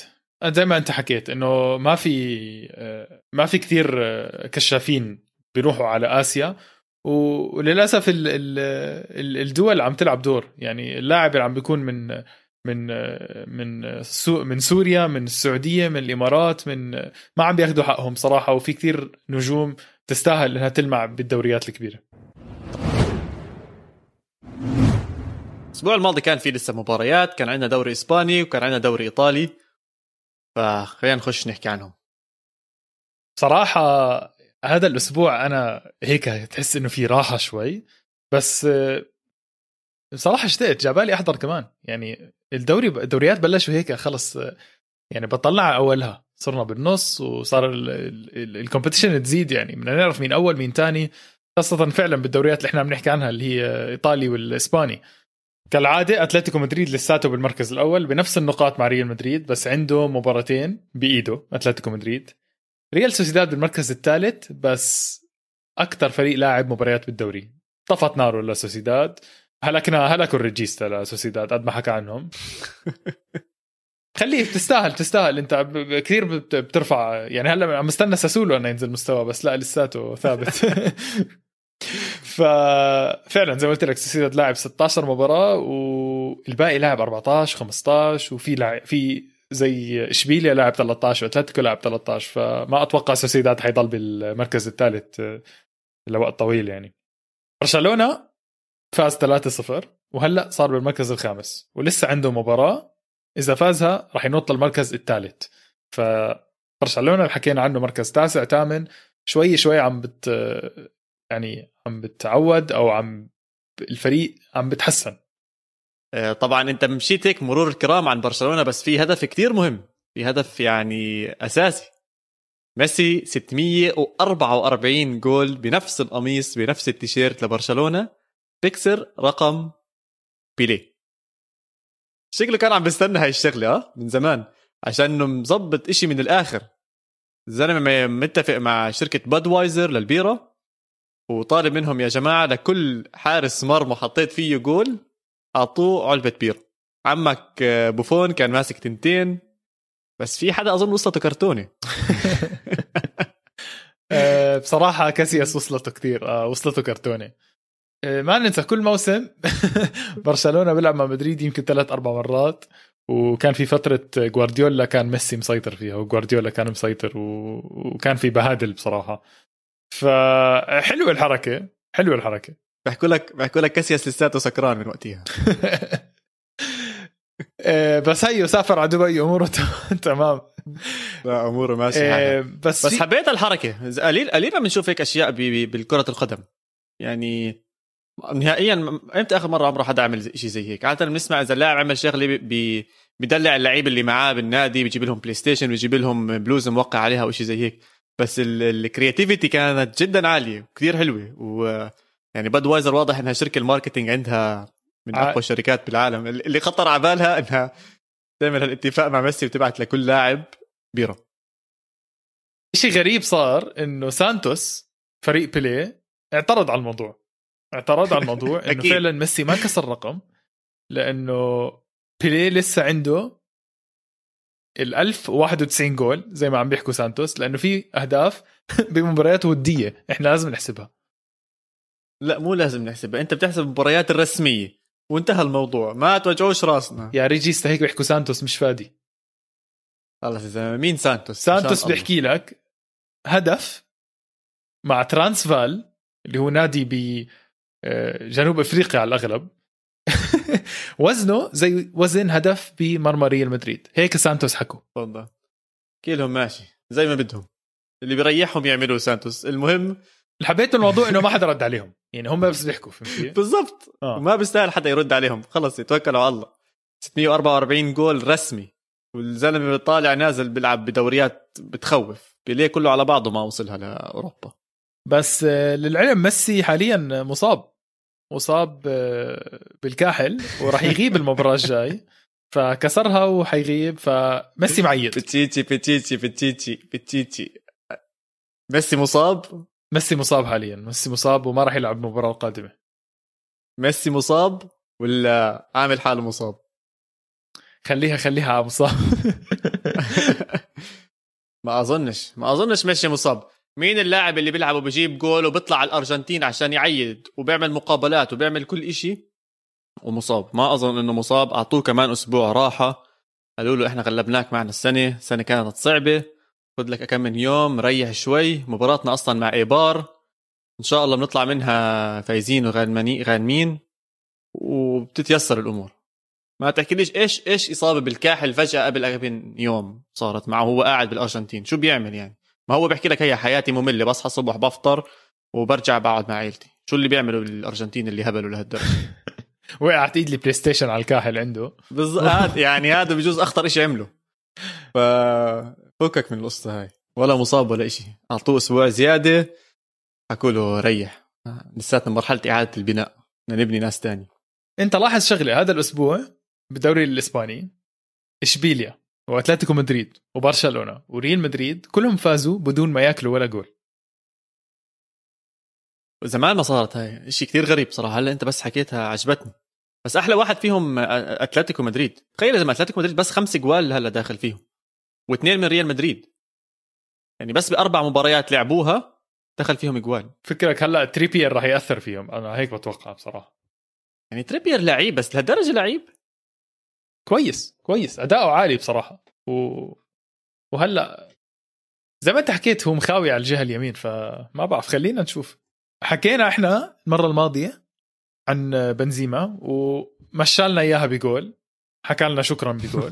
حكيت إنه ما في كثير كشافين بيروحوا على آسيا، وللأسف الدول عم تلعب دور يعني. اللاعب اللي عم بيكون من سوريا، من السعودية، من الإمارات، ما عم بياخدوا حقهم صراحة. وفي كثير نجوم تستاهل إنها تلمع بالدوريات الكبيرة. الأسبوع الماضي كان في لسه مباريات، كان عندنا دوري إسباني وكان عندنا دوري إيطالي، فخلينا نخش نحكي عنهم. بصراحة هذا الأسبوع أنا هيك تحس إنه في راحة شوي، بس بصراحة اشتقت جابالي أحضر كمان. يعني الدوريات بلشوا هيك خلص، يعني بطلع أولها صرنا بالنص وصار الكومبيتيشن تزيد، يعني بدنا نعرف مين أول مين تاني، خاصة فعلا بالدوريات اللي احنا بنحكي عنها اللي هي إيطالي والإسباني. كالعادة أتلتيكو مدريد لساته بالمركز الأول بنفس النقاط مع ريال مدريد، بس عنده مباراتين بإيده أتلتيكو مدريد. ريال سوسيداد بالمركز الثالث، بس أكتر فريق لاعب مباريات بالدوري، طفت ناره لسوسيداد، هلكوا الريجيستا لسوسيداد قد ما حكى عنهم. خليه تستاهل انت كثير بترفع، يعني هلا عم استنى ساسولو انه ينزل مستوى، بس لا لساته ثابت. ففعلا زي ما قلت لك سوسيداد لاعب 16 مباراة والباقي لاعب 14 15، وفي لاعب في زي اشبيليا لاعب 13 واتلتيكو لاعب 13، فما اتوقع سوسيداد حيضل بالمركز الثالث لوقت طويل. يعني برشلونة فاز 3-0 وهلا صار بالمركز الخامس ولسه عنده مباراة، إذا فازها راح ينط المركز الثالث. فبرشلونة اللي حكينا عنه مركز تاسع ثامن، شوي عم يعني عم بتعود أو الفريق عم بتحسن. طبعا انت مشيت هيك مرور الكرام عن برشلونة، بس في هدف كتير مهم، في هدف يعني أساسي. ميسي 644 جول بنفس القميص بنفس التيشيرت لبرشلونة، بيكسر رقم بيليه. شكله كان عم بيستنى هاي الشغلة من زمان، عشان انه مزبط اشي من الاخر. الزلمة متفق مع شركة بادوايزر للبيرة وطالب منهم يا جماعة لكل حارس مرمى حطيت فيه جول اعطوه علبة بيرة. عمك بوفون كان ماسك 2، بس في حدا اظن وصلته كرتونة. بصراحة كاسياس وصلته كتير، وصلته كرتونة. ما ننسى كل موسم برشلونة بيلعب مع مدريد يمكن 3-4 مرات، وكان في فترة غوارديولا كان ميسي مسيطر فيها وغوارديولا كان مسيطر وكان في بهادل بصراحة. فحلوة الحركة، حلوة الحركة. بحكوا لك كاسياس لساته سكران من وقتها. بس هيو سافر على دبي أموره تمام. لا أموره ماشي. بس حبيت الحركة. قليل ما بنشوف هيك أشياء بالكرة القدم. يعني نهائيا امتى اخر مره عمره حدا عمل شيء زي هيك؟ عاده بنسمع اذا اللاعب عمل شغله بدلع اللعيب اللي معاه بالنادي، بيجيب لهم بلاي ستيشن، بيجيب لهم بلوز موقع عليها او شيء زي هيك. بس الكرياتيفيتي كانت جدا عاليه وكثير حلوه، ويعني بادوايزر واضح انها شركه الماركتينج عندها من اقوى الشركات بالعالم، اللي خطر على بالها انها تعمل هالاتفاق مع ميسي وتبعت لكل لاعب بيرة. شيء غريب صار انه سانتوس فريق بيليه اعترض على الموضوع انه فعلا ميسي ما كسر رقم، لانه بيليه لسه عنده 1091 جول زي ما عم بيحكوا سانتوس، لانه في اهداف بمباريات وديه احنا لازم نحسبها. لا مو لازم نحسبها، انت بتحسب المباريات الرسميه وانتهى الموضوع، ما توجعوش راسنا يا ريجيستا. هيك بيحكوا سانتوس مش فادي. خلص يا زلمه، مين سانتوس بيحكي لك هدف مع ترانسفال اللي هو نادي بجنوب افريقيا على الاغلب، وزنه زي وزن هدف بمرمى ريال مدريد. هيك سانتوس حكوا. تفضل كلهم ماشي زي ما بدهم، اللي بيريحهم يعملوا سانتوس. المهم اللي حبيت الموضوع انه ما حدا رد عليهم، يعني هم بس بيحكوا، فهمتي؟ بالضبط. وما بيستاهل حدا يرد عليهم، خلص يتوكلوا على الله. 644 جول رسمي، والزلمه طالع نازل بيلعب بدوريات بتخوف. بيليه كله على بعضه ما وصلها لاوروبا. بس للعلم ميسي حاليا مصاب بالكاحل وراح يغيب المباراة الجاي، فكسرها وحيغيب، فميسي معيد. بتيتي ميسي مصاب حاليا، ميسي مصاب وما راح يلعب المباراة القادمة. ميسي مصاب ولا عامل حاله مصاب؟ خليها مصاب. ما اظنش ميسي مصاب. مين اللاعب اللي بيلعب وبيجيب جول وبيطلع على الأرجنتين عشان يعيد وبيعمل مقابلات وبيعمل كل إشي ومصاب؟ ما أظن إنه مصاب. أعطوه كمان أسبوع راحة، قالوا له إحنا غلبناك معنا السنة كانت صعبة، خد لك كم من يوم ريح شوي. مباراتنا أصلا مع إيبار إن شاء الله بنطلع منها فايزين وغانمين وبتتيسر الأمور. ما تحكي ليش إيش إصابة بالكاحل فجأة قبل يوم صارت معه، هو قاعد بالأرجنتين، شو بيعمل يعني؟ ما هو بيحكي لك هي حياتي ممله، بصحى الصبح بفطر وبرجع بقعد مع عيلتي. شو اللي بيعملوا الارجنتين اللي هبلوا لهالدرجه؟ وقعت ايد لي بلاي ستيشن على الكاحل عنده. بالضبط يعني هذا بجوز اخطر شيء عمله. ففكك من القصه هاي، ولا مصاب ولا إشي، اعطوه اسبوع زياده حكوا له ريح، لساتنا مرحله اعاده البناء، بدنا نبني ناس تاني. انت لاحظ شغله هذا الاسبوع بالدوري الاسباني، اشبيليا واتلتيكو مدريد وبرشلونه وريال مدريد كلهم فازوا بدون ما ياكلوا ولا جول. زمان ما صارت هاي، إشي كتير غريب صراحه. هلا انت بس حكيتها عجبتني. بس احلى واحد فيهم اتلتيكو مدريد. تخيل اذا اتلتيكو مدريد بس 5 جوال هلا داخل فيهم، واثنين من ريال مدريد، يعني بس ب4 مباريات لعبوها دخل فيهم جوال. فكرك هلا تريبير راح ياثر فيهم؟ انا هيك بتوقع بصراحه. يعني تريبير لعيب بس لهالدرجه لعيب كويس اداؤه عالي بصراحه وهلا زي ما انت حكيت هو مخاوي على الجهه اليمين، فما بعرف، خلينا نشوف. حكينا احنا المره الماضيه عن بنزيما ومشالنا اياها بجول، حكى لنا شكرا بجول.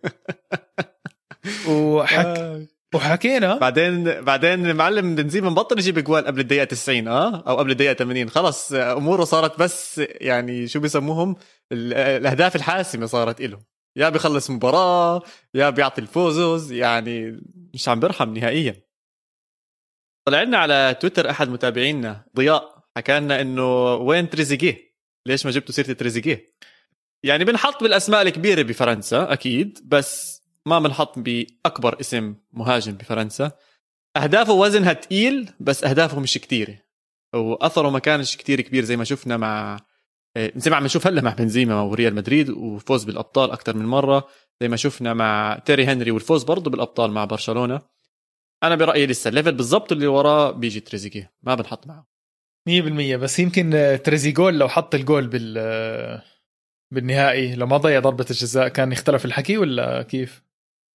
وحكينا بعدين معلم بنزيما بطل يجيب جوال قبل الدقيقه 90 او قبل الدقيقه 80. خلص اموره صارت بس يعني شو بيسموهم الاهداف الحاسمه صارت له، يا بيخلص مباراه يا بيعطي الفوزوز، يعني مش عم بيرحم نهائيا. طلع لنا على تويتر احد متابعينا ضياء حكى لنا انه وين تريزيجيه، ليش ما جبتوا سيره تريزيجيه؟ يعني بنحط بالاسماء الكبيره بفرنسا اكيد، بس ما بنحط باكبر اسم مهاجم بفرنسا. اهدافه وزنها تقيل بس اهدافه مش كتيره، واثره ما كانش كتير كبير زي ما شفنا زي ما عم نشوف هلا مع بنزيما وريال مدريد وفوز بالابطال اكثر من مره، زي ما شفنا مع تيري هنري والفوز برضه بالابطال مع برشلونه. انا برايي لسه الليفل بالضبط اللي وراه بيجي تريزيجيه، ما بنحط معه 100%. بس يمكن تريزيجول لو حط الجول بالنهائي لو ما ضيع ضربه الجزاء كان يختلف الحكي ولا كيف؟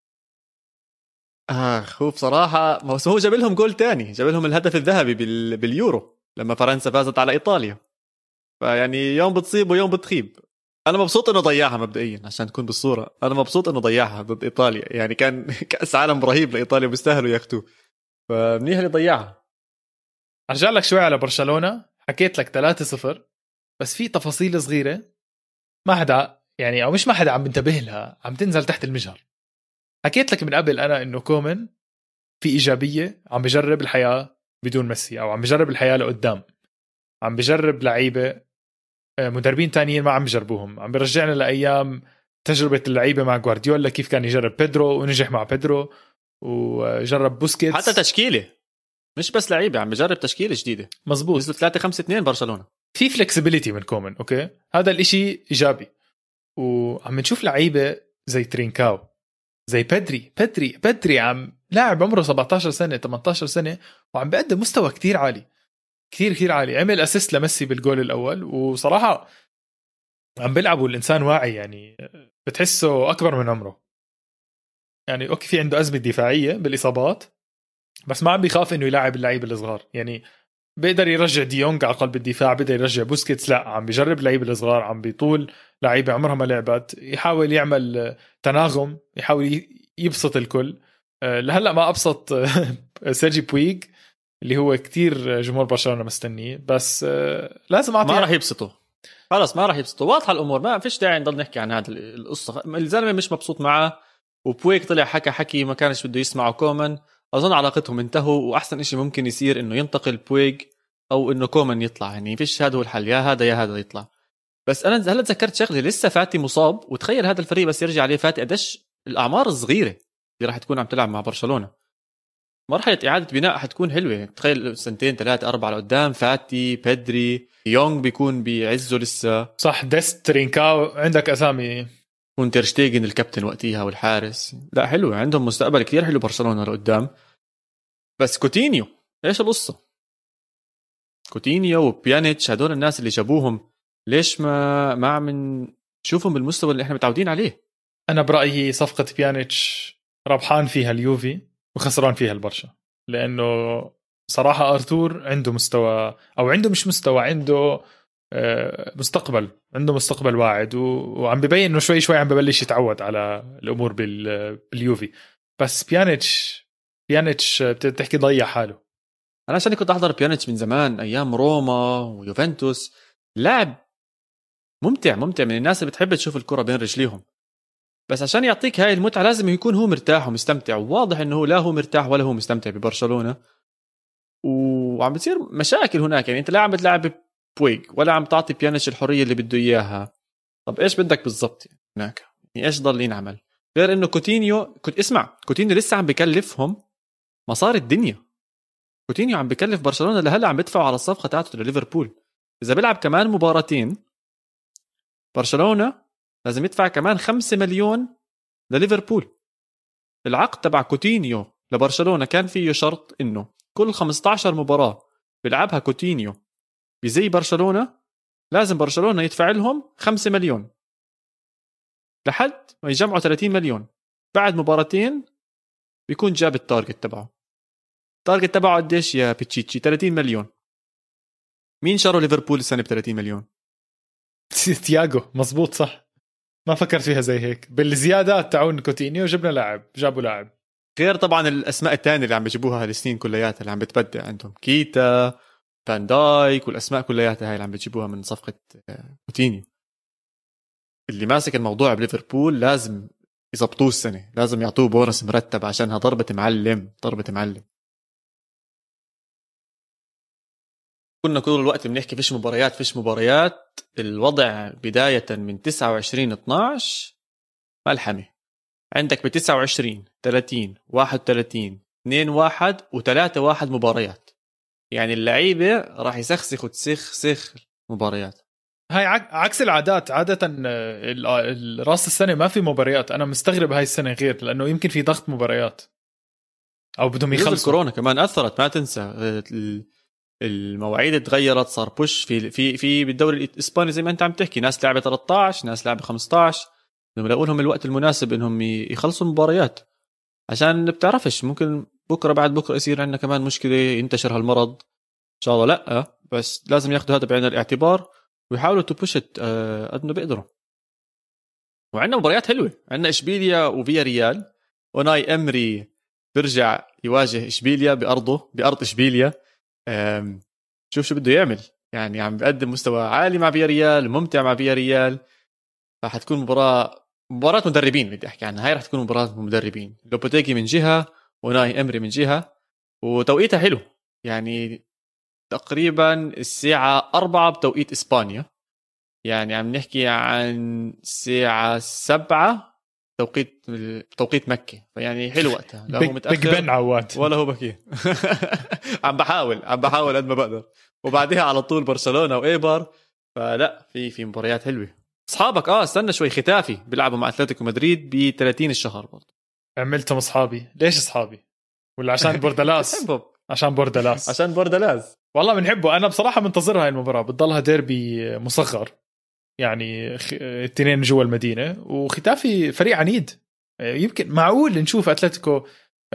هو بصراحه هو جاب لهم جول تاني، جاب لهم الهدف الذهبي باليورو لما فرنسا فازت على ايطاليا. فيعني يوم بتصيب ويوم بتخيب. انا مبسوط انه ضيعها مبدئيا عشان تكون بالصوره، انا مبسوط انه ضيعها ضد ايطاليا، يعني كان كاس عالم رهيب لايطاليا بيستاهلوا ياخذوه، فمنيح اللي ضيعها. ارجع لك شوي على برشلونه، حكيت لك 3-0 بس في تفاصيل صغيره ما حدا يعني او مش ما حدا عم بنتبه لها، عم تنزل تحت المجهر. حكيت لك من قبل انا انه كومن في ايجابيه، عم بجرب الحياه بدون ميسي او عم بجرب الحياه لقدام، عم بجرب لعيبه مدربين تانيين ما عم بجربوهم، عم برجعنا لايام تجربه اللعيبه مع غوارديولا كيف كان يجرب بيدرو ونجح مع بيدرو، وجرب بوسكيتس، حتى تشكيله مش بس لعيبه، عم بجرب تشكيله جديده. مزبوط، نزلوا 3-5-2 برشلونه، في فلكسبيليتي من كومن. اوكي هذا الاشي ايجابي. وعم نشوف لعيبه زي ترينكاو، زي بدري عم لاعب عمره 17 سنه 18 سنه وعم بيقدم مستوى كتير عالي، كتير عالي. عمل اسيست لميسي بالجول الاول، وصراحه عم بيلعبوا الانسان واعي، يعني بتحسه اكبر من عمره. يعني اوكي في عنده ازمه دفاعيه بالاصابات بس ما عم بيخاف انه يلاعب اللعيبه الصغار، يعني بيقدر يرجع ديونج على قلب الدفاع، بيقدر يرجع بوسكيتس، لا عم بيجرب اللعيبه الصغار، عم بيطول لعيبه عمرها ما لعبت، يحاول يعمل تناغم، يحاول يبسط الكل. لهلا ما ابسط سيرجي بويغ اللي هو كتير جمهور برشلونه مستنيه، بس لازم اعطيه. ما راح يبسطوا، خلص ما راح يبسطوا، واضحه الامور، ما فيش داعي نضل نحكي عن هذا القصه. الزلمه مش مبسوط معه، وبويك طلع حكي ما كانش بده يسمعه كومان. اظن علاقتهم انتهوا، واحسن إشي ممكن يصير انه ينتقل بويك او انه كومان يطلع، يعني فيش هذا هو الحل، يا هذا يطلع. بس انا هلا تذكرت شغله، لسه فاتي مصاب، وتخيل هذا الفريق بس يرجع عليه فاتي، قديش الاعمار الصغيره اللي راح تكون عم تلعب مع برشلونه. مرحله اعاده بناء حتكون حلوه، تخيل 2 3 4 لقدام، فاتي بيدري يونغ بيكون بعزه لسه، صح، ديست ترينكاو، عندك اسامي، كون تيرشتيجن الكابتن وقتها والحارس. لا حلو، عندهم مستقبل كتير حلو برشلونه لقدام. بس كوتينيو ايش القصه؟ كوتينيو وبيانيتش هدول الناس اللي جابوهم، ليش ما عم نشوفهم بالمستوى اللي احنا متعودين عليه؟ انا برايي صفقه بيانيتش ربحان فيها اليوفي وخسران فيها البرشا، لانه صراحه ارتور عنده مستوى، او عنده مش مستوى، عنده مستقبل، عنده مستقبل واعد، وعم ببين انه شوي عم ببلش يتعود على الامور باليوفي. بس بيانيتش بيانيتش بتحكي ضيع حاله. انا عشان كنت احضر بيانيتش من زمان ايام روما ويوفنتوس، لاعب ممتع من الناس اللي بتحب تشوف الكرة بين رجليهم، بس عشان يعطيك هاي المتعة لازم يكون هو مرتاح ومستمتع، وواضح انه لا هو مرتاح ولا هو مستمتع ببرشلونة، وعم بتصير مشاكل هناك. يعني انت لا عم بتلعب بويج ولا عم تعطي بيانيتش الحرية اللي بده اياها. طب ايش بدك بالضبط هناك؟ يعني ايش ضل ينعمل غير انه كوتينيو كوتينيو لسه عم بكلفهم مصاري الدنيا. كوتينيو عم بكلف برشلونة لهلا، عم بدفعوا على الصفقة تاعته لليفربول. اذا بيلعب كمان مباراتين برشلونة لازم يدفع كمان 5 مليون لليفربول. العقد تبع كوتينيو لبرشلونة كان فيه شرط انه كل 15 مباراة بيلعبها كوتينيو بزي برشلونة لازم برشلونة يدفع لهم 5 مليون لحد ما يجمعوا 30 مليون. بعد مباراتين بيكون جاب التارجت تبعه. التارجت تبعه قديش يا بيتشيتشي؟ 30 مليون. مين شروا ليفربول السنة ب 30 مليون؟ تياغو. مزبوط صح، ما فكرت فيها زي هيك. بالزيادات تاعون كوتينيو جابوا لاعب غير طبعا الاسماء الثانيه اللي عم بيجيبوها هالسنين كلياتها اللي عم بتبدع عندهم، كيتا، فان دايك، والاسماء كلياتها هاي اللي عم بيجيبوها من صفقه كوتينيو. اللي ماسك الموضوع بليفربول لازم يزبطوه السنه، لازم يعطوه بونص مرتب عشانها ضربه معلم. كنا كل الوقت بنحكي فيش مباريات. الوضع بدايه من 29/12 ملحمه. عندك ب 29 30 31 2-1 و3-1 مباريات. يعني اللعيبه راح يسخسخوا تسخ مباريات. هاي عكس العادات. عادة راس السنة ما في مباريات. أنا مستغرب هاي السنة غير، لأنه يمكن في ضغط مباريات أو بدهم يخلصوا. الكورونا كمان أثرت، ما تنسى المواعيد تغيرت. صار بوش في بالدوري الإسباني زي ما أنت عم تحكي، ناس لعبة 13 ناس لعبة 15. بدهم يلاقوا لهم الوقت المناسب إنهم يخلصوا مباريات، عشان بتعرفش ممكن بكرة بعد بكرة يصير عندنا كمان مشكلة، ينتشر هالمرض. إن شاء الله لأ، بس لازم ياخدوا هذا بعين الاعتبار ويحاولوا تبوشت قد ما بيقدروا. وعندنا مباريات حلوة، عندنا إشبيليا وفيا ريال. وناي أمري برجع يواجه إشبيليا بأرض إشبيليا. شوف شو بده يعمل، يعني عم بقدم مستوى عالي مع فيا ريال، ممتع مع فيا ريال. فحتكون مباراة مدربين. بدي أحكي عنها، هاي رح تكون مباراة مدربين، لوبوتيجي من جهة وناي أمري من جهة. وتوقيتها حلو، يعني تقريبا الساعة 4 بتوقيت إسبانيا، يعني عم نحكي عن الساعة 7 توقيت مكة. فيعني حلو وقتها، لا هو متأخر ولا هو بكير. عم بحاول قد ما بقدر. وبعدها على طول برشلونة وإيبر. فلا في مباريات حلوة. أصحابك استنى شوي، ختافي بيلعبوا مع أتلتيكو مدريد ب30 الشهر برضه. عملتهم أصحابي. ليش أصحابي؟ ولا عشان بوردالاس؟ عشان بوردالاس والله بنحبه. أنا بصراحة منتظرها هاي المباراة، بتضلها ديربي مصغر، يعني الاثنين جوا المدينة. وختافي فريق عنيد، يمكن معقول نشوف أتلتيكو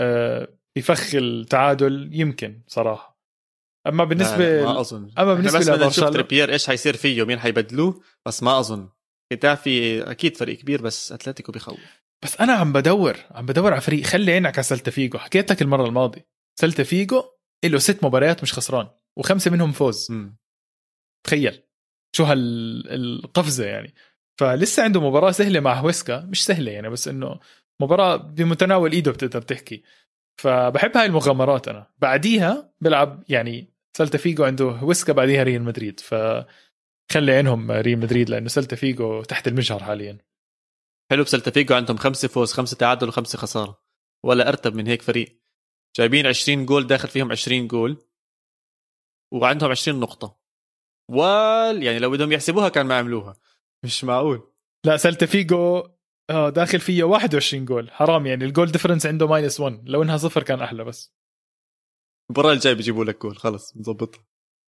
يفخ التعادل يمكن صراحة. أما بالنسبة لا ما أظن. أما بالنسبة لبرشلونة تريبير إيش هيصير فيه، مين هيبدلوه، بس ما أظن. ختافي أكيد فريق كبير، بس أتلتيكو بيخوف. بس أنا عم بدور على فريق. خلي عينك على سيلتا فيجو. حكيت لك المرة الماضية سيلتا فيجو له 6 مباريات مش خسران و5 منهم فوز. تخيل شو هالقفزة يعني. فلسه عنده مباراة سهلة مع هويسكا، مش سهلة يعني، بس إنه مباراة بمتناول إيده بتقدر تحكي. فبحب هاي المغامرات. أنا بعديها بلعب يعني سيلتا فيجو عنده هويسكا، بعديها ريال مدريد. فخلي عينهم ريال مدريد، لأنه سيلتا فيجو تحت المجهر حاليا. حلو. بسيلتا فيجو عندهم 5 فوز 5 تعادل و5 خسارة، ولا أرتب من هيك فريق. جايبين 20 جول، داخل فيهم 20 جول، وعندهم 20 نقطة. يعني لو بدهم يحسبوها كان ما عملوها. مش معقول. لا سيلتا فيجو داخل فيه 21 جول، حرام يعني. الجول ديفرنس عنده -1، لو انها 0 كان احلى. بس المباراة الجاي بيجيبوا لك جول، خلص نظبطها.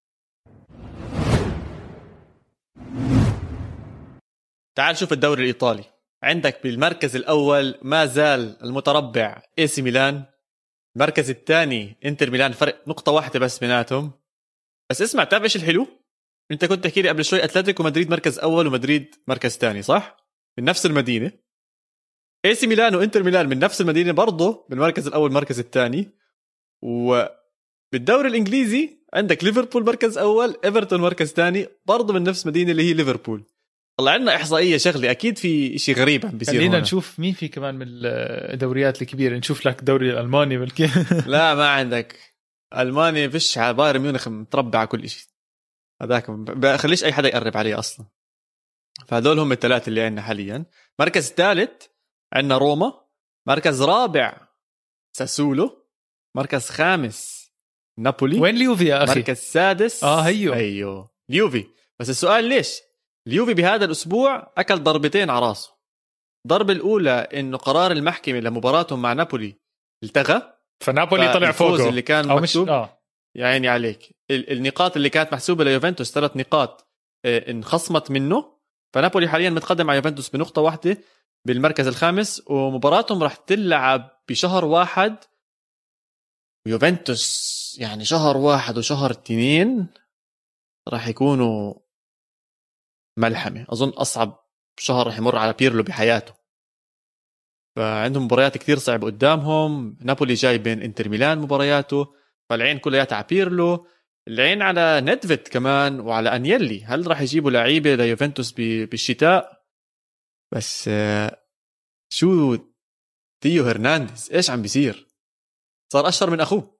تعال شوف الدوري الإيطالي. عندك بالمركز الأول ما زال المتربع AC ميلان. المركز الثاني انتر ميلان، فرق نقطة واحدة بس بيناتهم. بس اسمع، تعرف ايش الحلو؟ انت كنت تحكي لي قبل شوي اتلتيكو مدريد مركز اول ومدريد مركز ثاني، صح؟ من نفس المدينة. اي سي ميلان وانتر ميلان من نفس المدينه برضه بالمركز الاول المركز الثاني. وبالدوري الانجليزي عندك ليفربول مركز اول، ايفرتون مركز ثاني برضه من نفس مدينه اللي هي ليفربول. طلع لنا احصائيه شغله اكيد في شيء غريب عم بيصير. خلينا نشوف مين في كمان من الدوريات الكبيره. نشوف لك الدوري الالماني بالكي. لا ما عندك المانيا، فيش على بايرن ميونخ متربع على كل شيء، هذاك بخليش اي حدا يقرب عليه اصلا. فهذول هم الثلاثه اللي عندنا حاليا. مركز ثالث عندنا روما، مركز رابع ساسولو، مركز خامس نابولي. وين اليوفي يا اخي؟ مركز سادس ايوه اليوفي. بس السؤال ليش اليوفي بهذا الاسبوع اكل ضربتين على راسه؟ الضربه الاولى انه قرار المحكمه لمباراتهم مع نابولي التغى، فنابولي طلع فوقه اللي كان مكتوب يا عيني عليك. النقاط اللي كانت محسوبه ليوفنتوس 3 نقاط انخصمت منه، فنابولي حاليا متقدم على يوفنتوس بنقطه واحده بالمركز الخامس. ومباراتهم راح تلعب بشهر 1 ويوفنتوس يعني شهر 1 وشهر 2 راح يكونوا ملحمه. اظن اصعب شهر راح يمر على بيرلو بحياته. فعندهم مباريات كثير صعبة قدامهم. نابولي جاي بين انتر ميلان مبارياته، فالعين كلها على بيرلو، العين على ندفت كمان وعلى أنيلي. هل راح يجيبوا لعيبة ليوفنتوس بالشتاء؟ بس شو تيو هرنانديز ايش عم بيصير؟ صار أشهر من أخوه.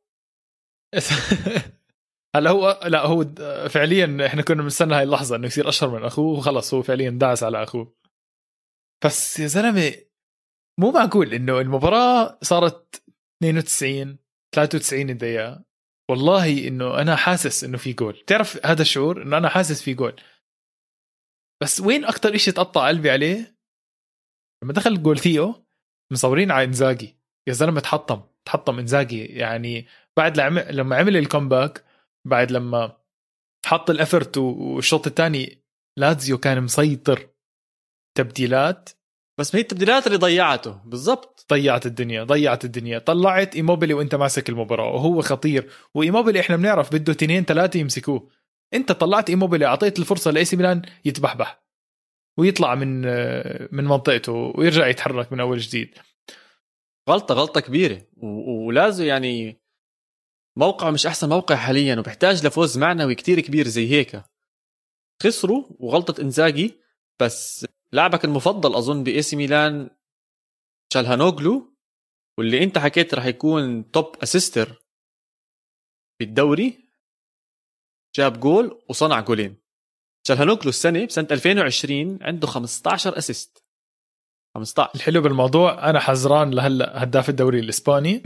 هلا هو لا هو فعليا احنا كنا بنستنى هاي اللحظة انه يصير أشهر من أخوه، وخلص هو فعليا داس على أخوه. بس يا زلمة مو معقول انه المباراة صارت 92 93 دقيقة. والله انه انا حاسس انه في جول. تعرف هذا الشعور انه انا حاسس في جول. بس وين اكتر اشي تقطع قلبي عليه؟ لما دخل جول ثيو مصورين على انزاجي. يا زلمة تحطم انزاجي يعني بعد لما عمل الكومباك، بعد لما حط الافرت والشوط الثاني لازيو كان مسيطر. تبديلات، بس ما هي التبديلات اللي ضيعته بالضبط. ضيعت الدنيا. طلعت إيموبيلي وانت ماسك المباراة وهو خطير. وإيموبيلي احنا بنعرف بده 2-3 يمسكوه. انت طلعت إيموبيلي، اعطيت الفرصة لإي سي ميلان يتبحبح ويطلع من منطقته ويرجع يتحرك من اول جديد. غلطة كبيرة ولازم يعني موقعه مش احسن موقع حاليا، وبحتاج لفوز معنوي كتير كبير زي هيك. خسروا وغلطة انزاجي. بس لاعبك المفضل أظن بإي سي ميلان تشالهانوغلو، واللي أنت حكيت رح يكون توب أسيستر بالدوري، جاب جول وصنع جولين. تشالهانوغلو السنة بسنة 2020 عنده 15 أسيست. 15. الحلو بالموضوع أنا حزران لهلأ هداف الدوري الإسباني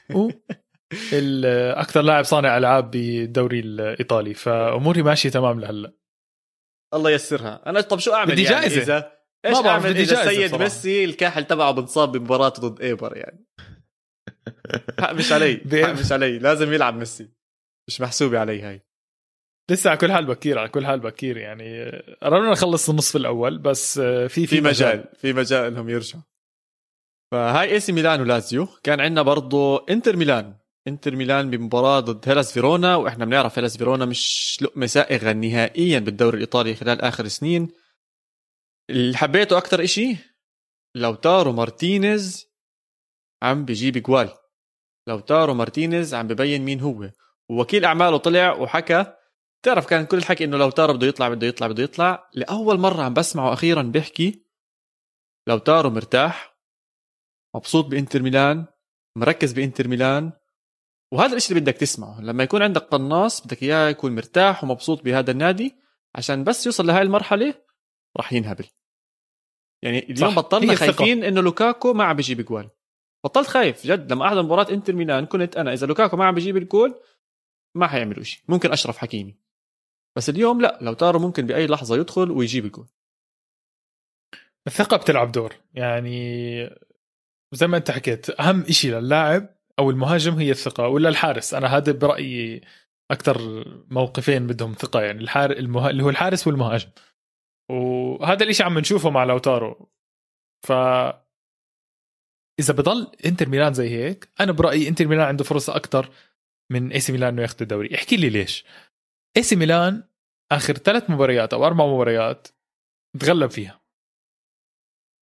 أكثر لاعب صانع ألعاب بالدوري الإيطالي، فأموري ماشي تمام لهلأ. الله يسرها. أنا طب شو أعمل بدي يعني جائزة. إذا إيش أعمل إذا السيد ميسي الكاحل تبعه بنصاب بمباراة ضد إيبر يعني؟ حق مش علي لازم يلعب ميسي، مش محسوبة علي هاي. لسه على كل حال بكير يعني قررنا نخلص النصف الأول، بس في مجال انهم يرجعوا. فهاي اي سي ميلان ولازيو. كان عندنا برضو انتر ميلان بمباراة ضد هيلاس فيرونا، واحنا بنعرف هيلاس فيرونا مش لقمة سائغة نهائيا بالدوري الإيطالي خلال آخر سنين. اللي حبيته أكتر إشي لوتارو مارتينيز عم بيجيب جوال. لوتارو مارتينيز عم ببين مين هو، ووكيل أعماله طلع وحكى. تعرف كان كل الحكي إنه لوتارو بده يطلع. لأول مرة عم بسمعه أخيرا بيحكي لوتارو مرتاح، مبسوط بإنتر ميلان، مركز بإنتر ميلان. وهذا الإشي اللي بدك تسمعه لما يكون عندك قناص، بدك إياه يكون مرتاح ومبسوط بهذا النادي، عشان بس يوصل لهاي المرحلة راح ينهبل. يعني اليوم بطلنا خايفين إنه لوكاكو ما عم بيجيب جوال. بطلت خايف جد. لما أحضر مباراة إنتر ميلان كنت أنا إذا لوكاكو ما عم بيجيب الجول ما حيعملوا شيء، ممكن أشرف حكيمي. بس اليوم لا، لوتارو ممكن بأي لحظة يدخل ويجيب الجول. الثقة بتلعب دور يعني زي ما انت حكيت. اهم اشي للاعب او المهاجم هي الثقة، ولا الحارس. انا هذا برأيي اكتر موقفين بدهم ثقة يعني اللي هو الحارس والمهاجم. وهذا الاشي عم نشوفه مع لوتارو. ف اذا بضل انتر ميلان زي هيك، انا برأيي انتر ميلان عنده فرصة اكتر من اي سي ميلان انه ياخذ الدوري. احكي لي ليش. اي سي ميلان اخر 3 مباريات او 4 مباريات تغلب فيها.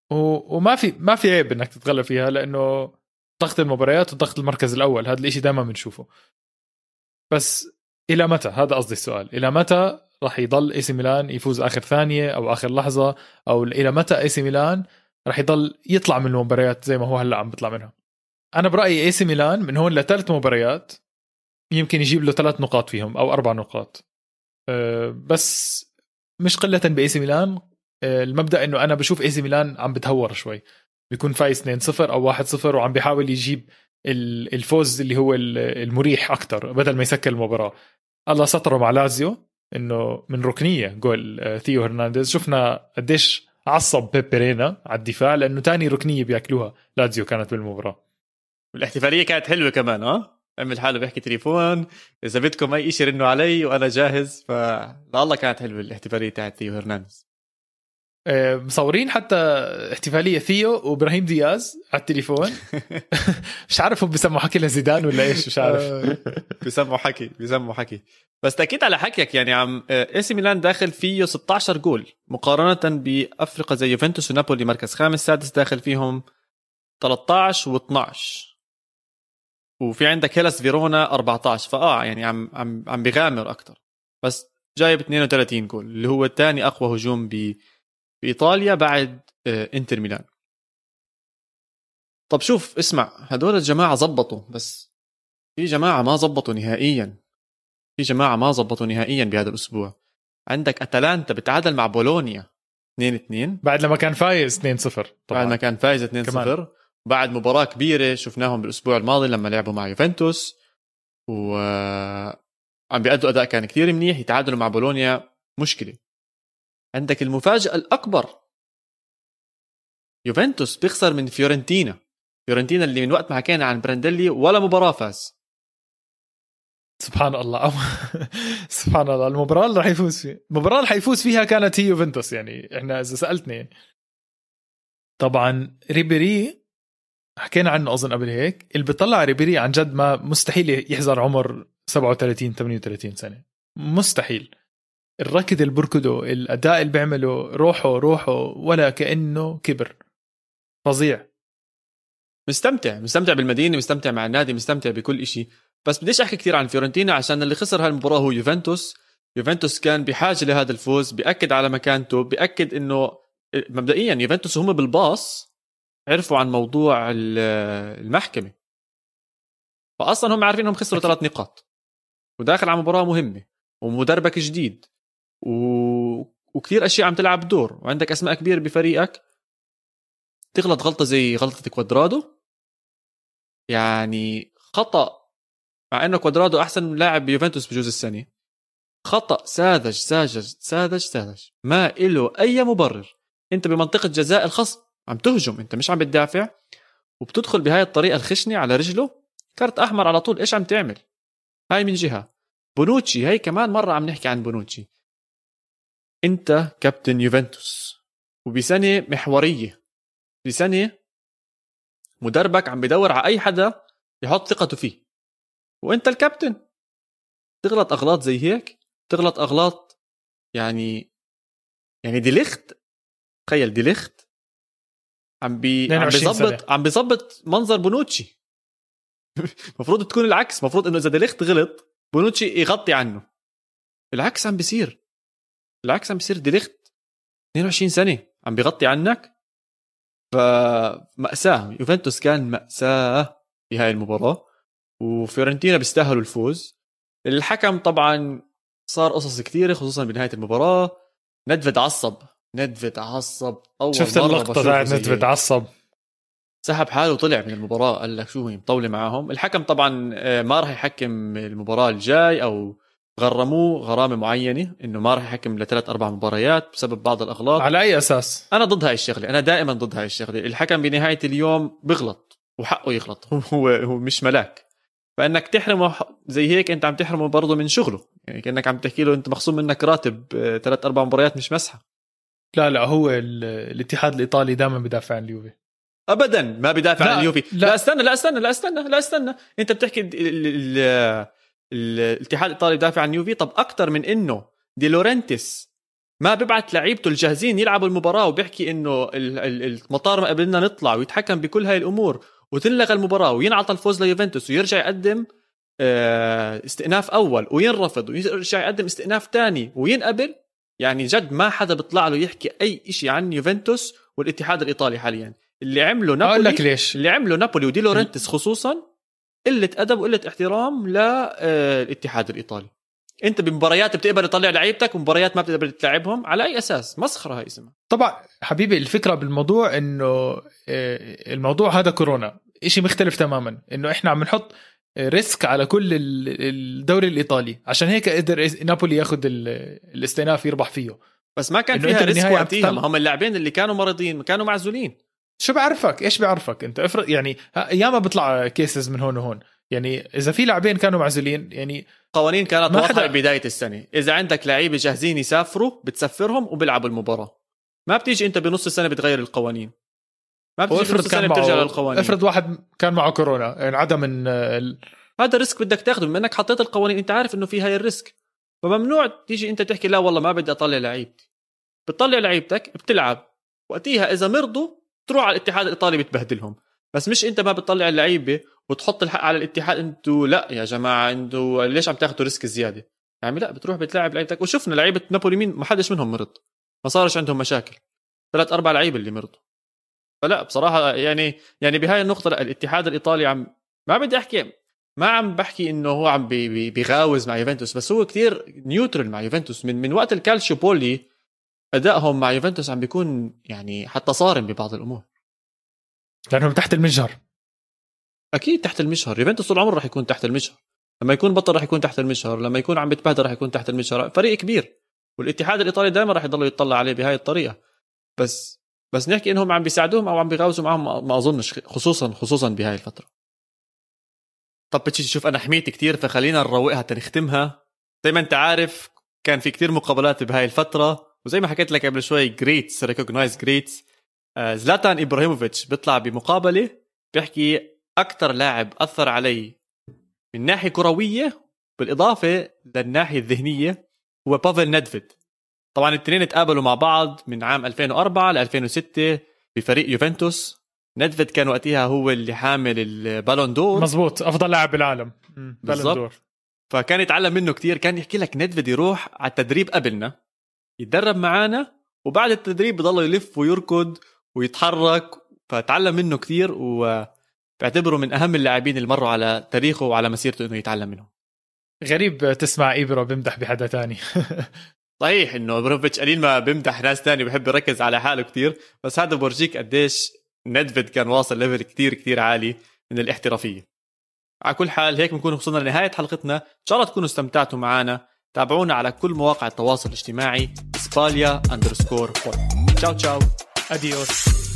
وما في عيب انك تتغلب فيها، لانه ضغط المباريات وضغط المركز الاول هذا الاشي دائما بنشوفه. بس الى متى؟ هذا قصدي السؤال، الى متى راح يضل اي سي ميلان يفوز اخر ثانيه او اخر لحظه، او الى متى اي سي ميلان راح يضل يطلع من المباريات زي ما هو هلا عم بيطلع منها؟ انا برايي اي سي ميلان من هون ل3 مباريات يمكن يجيب له 3 نقاط فيهم او 4 نقاط، بس مش قله باي سي ميلان. المبدا انه انا بشوف اي سي ميلان عم بتهور شوي، بيكون فايز 2-0 او 1-0 وعم بيحاول يجيب الفوز اللي هو المريح اكتر بدل ما يسكر المباراه. الله سطره مع لازيو انه من ركنيه جول ثيو هرنانديز، شفنا قديش عصب بيبرينا على الدفاع لانه تاني ركنيه بياكلوها لازيو كانت بالمباراه. والاحتفاليه كانت حلوه كمان. عمل حاله بيحكي تليفون اذا بدكم اي شيء رنوا علي وانا جاهز. فالله كانت حلوه الاحتفاليه تاعت ثيو هرنانديز. مصورين حتى احتفاليه ثيو وابراهيم دياز على التليفون. مش عارف هم بيسموا حكي لزيدان ولا ايش، مش عارف. بيسموا حكي. بس تاكيد على حكيك يعني عم اي سي ميلان داخل فيه 16 جول مقارنه بافريقيا زي يوفنتوس ونابولي مركز خامس سادس داخل فيهم 13 و12، وفي عندك هيلاس فيرونا 14. يعني عم بيغامر اكتر، بس جايب 32 جول اللي هو الثاني اقوى هجوم بإيطاليا بعد انتر ميلان. طب شوف اسمع، هدول الجماعة زبطوا، بس في جماعة ما زبطوا نهائيا. بهذا الأسبوع عندك أتلانتا بتعادل مع بولونيا 2-2 بعد لما كان فايز 2-0 طبعا. بعد ما كان فايز 2-0 بعد مباراة كبيرة شفناهم بالأسبوع الماضي لما لعبوا مع يوفنتوس وعم بيأدوا أداء كان كتير منيح. يتعادلوا مع بولونيا مشكلة. عندك المفاجأة الأكبر، يوفنتوس بيخسر من فيورنتينا اللي من وقت ما حكينا عن برانديلي ولا مباراة فاز. سبحان الله. سبحان الله. المباراة اللي راح يفوز فيها كانت هي يوفنتوس. يعني احنا إذا سألتني، طبعا ريبيري حكينا عنه أظن قبل هيك، اللي بيطلع ريبيري عن جد ما مستحيل يحزر عمر 37-38 سنة، مستحيل. الركض اللي بركضه، الأداء اللي بيعمله، روحه ولا كأنه كبر، فظيع. مستمتع بالمدينة، مستمتع مع النادي، مستمتع بكل إشي. بس بديش أحكي كتير عن فيورنتينا عشان اللي خسر هالمباراة هو يوفنتوس كان بحاجة لهذا الفوز، بيأكد على مكانته، بيأكد إنه مبدئيا يوفنتوس هم بالباص عرفوا عن موضوع المحكمة، فأصلا هم عارفين إنهم خسروا 3 نقاط وداخل على مباراة مهمة ومدربك جديد وكثير أشياء عم تلعب دور، وعندك أسماء كبيرة بفريقك. تغلط غلطة زي غلطة كوادرادو، يعني خطأ، مع انه كوادرادو احسن لاعب بيوفنتوس بجوز السنة، خطأ ساذج ما له اي مبرر. انت بمنطقة جزاء الخصم عم تهجم، انت مش عم بتدافع، وبتدخل بهاي الطريقة الخشنة على رجله، كارت احمر على طول. ايش عم تعمل؟ هاي من جهة. بونوتشي، هاي كمان مرة عم نحكي عن بونوتشي. انت كابتن يوفنتوس وبسنة محورية، بسنة مدربك عم بدور على اي حدا يحط ثقته فيه، وانت الكابتن تغلط اغلاط زي هيك، تغلط اغلاط. يعني دي ليخت، تخيل دي ليخت عم بيظبط منظر بونوتشي. مفروض تكون العكس، مفروض انه اذا دي ليخت غلط بونوتشي يغطي عنه. العكس عم بيصير دي ليخت 22 سنة عم بيغطي عنك. فمأساة، يوفنتوس كان مأساة في هاي المباراة، وفيورنتينا بيستاهلوا الفوز. الحكم طبعا صار قصص كثيرة خصوصا بنهاية المباراة. ندفد عصب أول شفت مرة اللقطة تاعت ندفد عصب، سحب حاله وطلع من المباراة، قال لك شو هي مطولة معهم. الحكم طبعا ما راح يحكم المباراة الجاي، أو غرموه غرامة معينة إنه ما راح يحكم ل3-4 مباريات بسبب بعض الأغلاط. على أي أساس؟ أنا ضد هاي الشغلة، أنا دائما ضد هاي الشغلة. الحكم بنهاية اليوم بغلط وحقه يغلط، هو مش ملاك. فانك تحرمه زي هيك انت عم تحرمه برضه من شغله، يعني كانك عم تحكي له انت مخصوم منك راتب 3-4 مباريات مش مسحه. لا هو الاتحاد الايطالي دائما بدافع عن اليوفي. ابدا ما بدافع عن اليوفي. لا استنى انت بتحكي الاتحاد الايطالي بدافع عن اليوفي. طب اكثر من انه دي لورنتيس ما ببعت لعيبته الجاهزين يلعبوا المباراة وبيحكي إنه المطار ما قبلنا نطلع، ويتحكم بكل هاي الأمور وتنلغى المباراة وينعطى الفوز ليوفنتوس ويرجع يقدم استئناف أول وينرفض ويرجع يقدم استئناف تاني وينقبل. يعني جد ما حدا بيطلع له يحكي أي إشي عن يوفنتوس والاتحاد الإيطالي حاليا. اللي عمله نابولي، اللي عمله نابولي ودي لورنتس خصوصا قلة أدب وقلة احترام للاتحاد الإيطالي. انت بمباريات بتقبل تطلع لعيبتك ومباريات ما بتقبل تلعبهم، على اي اساس؟ مسخره هاي اسمها. طبعا حبيبي الفكره بالموضوع انه الموضوع هذا كورونا إشي مختلف تماما، انه احنا عم نحط ريسك على كل الدوري الايطالي، عشان هيك قدر نابولي ياخذ الاستئناف يربح فيه. بس ما كان فيها ريسك وقتها، ما هم اللاعبين اللي كانوا مرضين كانوا معزولين. شو بعرفك ايش بعرفك انت؟ افرض يعني ياما بيطلع كيسز من هون وهون، يعني اذا في لاعبين كانوا معزولين يعني قوانين كانت واضحه بدايه السنه، اذا عندك لعيبه جاهزين يسافروا بتسفرهم وبيلعبوا المباراه، ما بتيجي انت بنص السنه بتغير القوانين، ما بتيجي بنص السنه بترجع للقوانين. افرض واحد كان معه كورونا انعدم من هذا ريسك بدك تاخذه، بما انك حطيت القوانين انت عارف انه في هاي الريسك، فممنوع تيجي انت تحكي لا والله ما بدي اطلع لعيبتي. بتطلع لعيبتك بتلعب وقتها، اذا مرضوا تروح على الاتحاد الايطالي بتبهدلهم، بس مش انت ما بتطلع اللعيبه وتحط الحق على الاتحاد. انتوا لا يا جماعه، انتوا ليش عم تاخذوا ريسك زياده؟ يعني لا، بتروح بتلاعب لعيبتك. وشفنا لعيبه نابولي مين ما حدش منهم مرض، ما صارش عندهم مشاكل، 3-4 لعيبه اللي مرضوا. فلا بصراحه يعني بهاي النقطه لا، الاتحاد الايطالي عم ما بدي احكي، ما عم بحكي انه هو عم بيغاوز مع يوفنتوس، بس هو كتير نيوترال مع يوفنتوس. من وقت الكالشيو بولي ادائهم مع يوفنتوس عم بيكون يعني حتى صارم ببعض الامور، لانهم تحت المجهر. اكيد تحت المجهر. يوفنتوس طول عمره راح يكون تحت المجهر، لما يكون بطل راح يكون تحت المجهر، لما يكون عم بيتبهدل راح يكون تحت المجهر. فريق كبير، والاتحاد الايطالي دائما راح يضل يطلع عليه بهاي الطريقه. بس نحكي انهم عم بيساعدوهم او عم بيغاوزوا معهم ما اظنش، خصوصا بهاي الفتره. طب بتشي تشوف انا حميت كتير، فخلينا نروقها تنختمها. زي ما انت عارف كان في كتير مقابلات بهاي الفتره، وزي ما حكيت لك قبل شوي جريتس ريكوجنايز جريتس. زلاتان إبراهيموفيتش بيطلع بمقابله بيحكي اكثر لاعب اثر علي من ناحيه كرويه بالاضافه للناحيه الذهنيه هو بافل نيدفيد. طبعا الاثنين اتقابلوا مع بعض من عام 2004 ل 2006 بفريق يوفنتوس. نيدفيد كان وقتها هو اللي حامل البالون دور، مزبوط، افضل لاعب بالعالم بالون دور. فكان يتعلم منه كتير. كان يحكي لك نيدفيد يروح على التدريب قبلنا يتدرب معانا، وبعد التدريب بضل يلف ويركض ويتحرك، فتعلم منه كتير، وبيعتبره من أهم اللاعبين اللي مروا على تاريخه وعلى مسيرته إنه يتعلم منهم. غريب تسمع إبرا بمدح بحدا تاني. صحيح إنه إبراهيموفيتش قليل ما بمدح ناس تاني، بحب يركز على حاله كتير، بس هذا بورجيك قديش نيدفيد كان واصل ليفل كتير كتير عالي من الاحترافية. على كل حال هيك بنكون وصلنا لنهاية حلقتنا، إن شاء الله تكونوا استمتعتوا معنا. تابعونا على كل مواقع التواصل الاجتماعي Spallia_pod. تشاو تشاو، أديوس.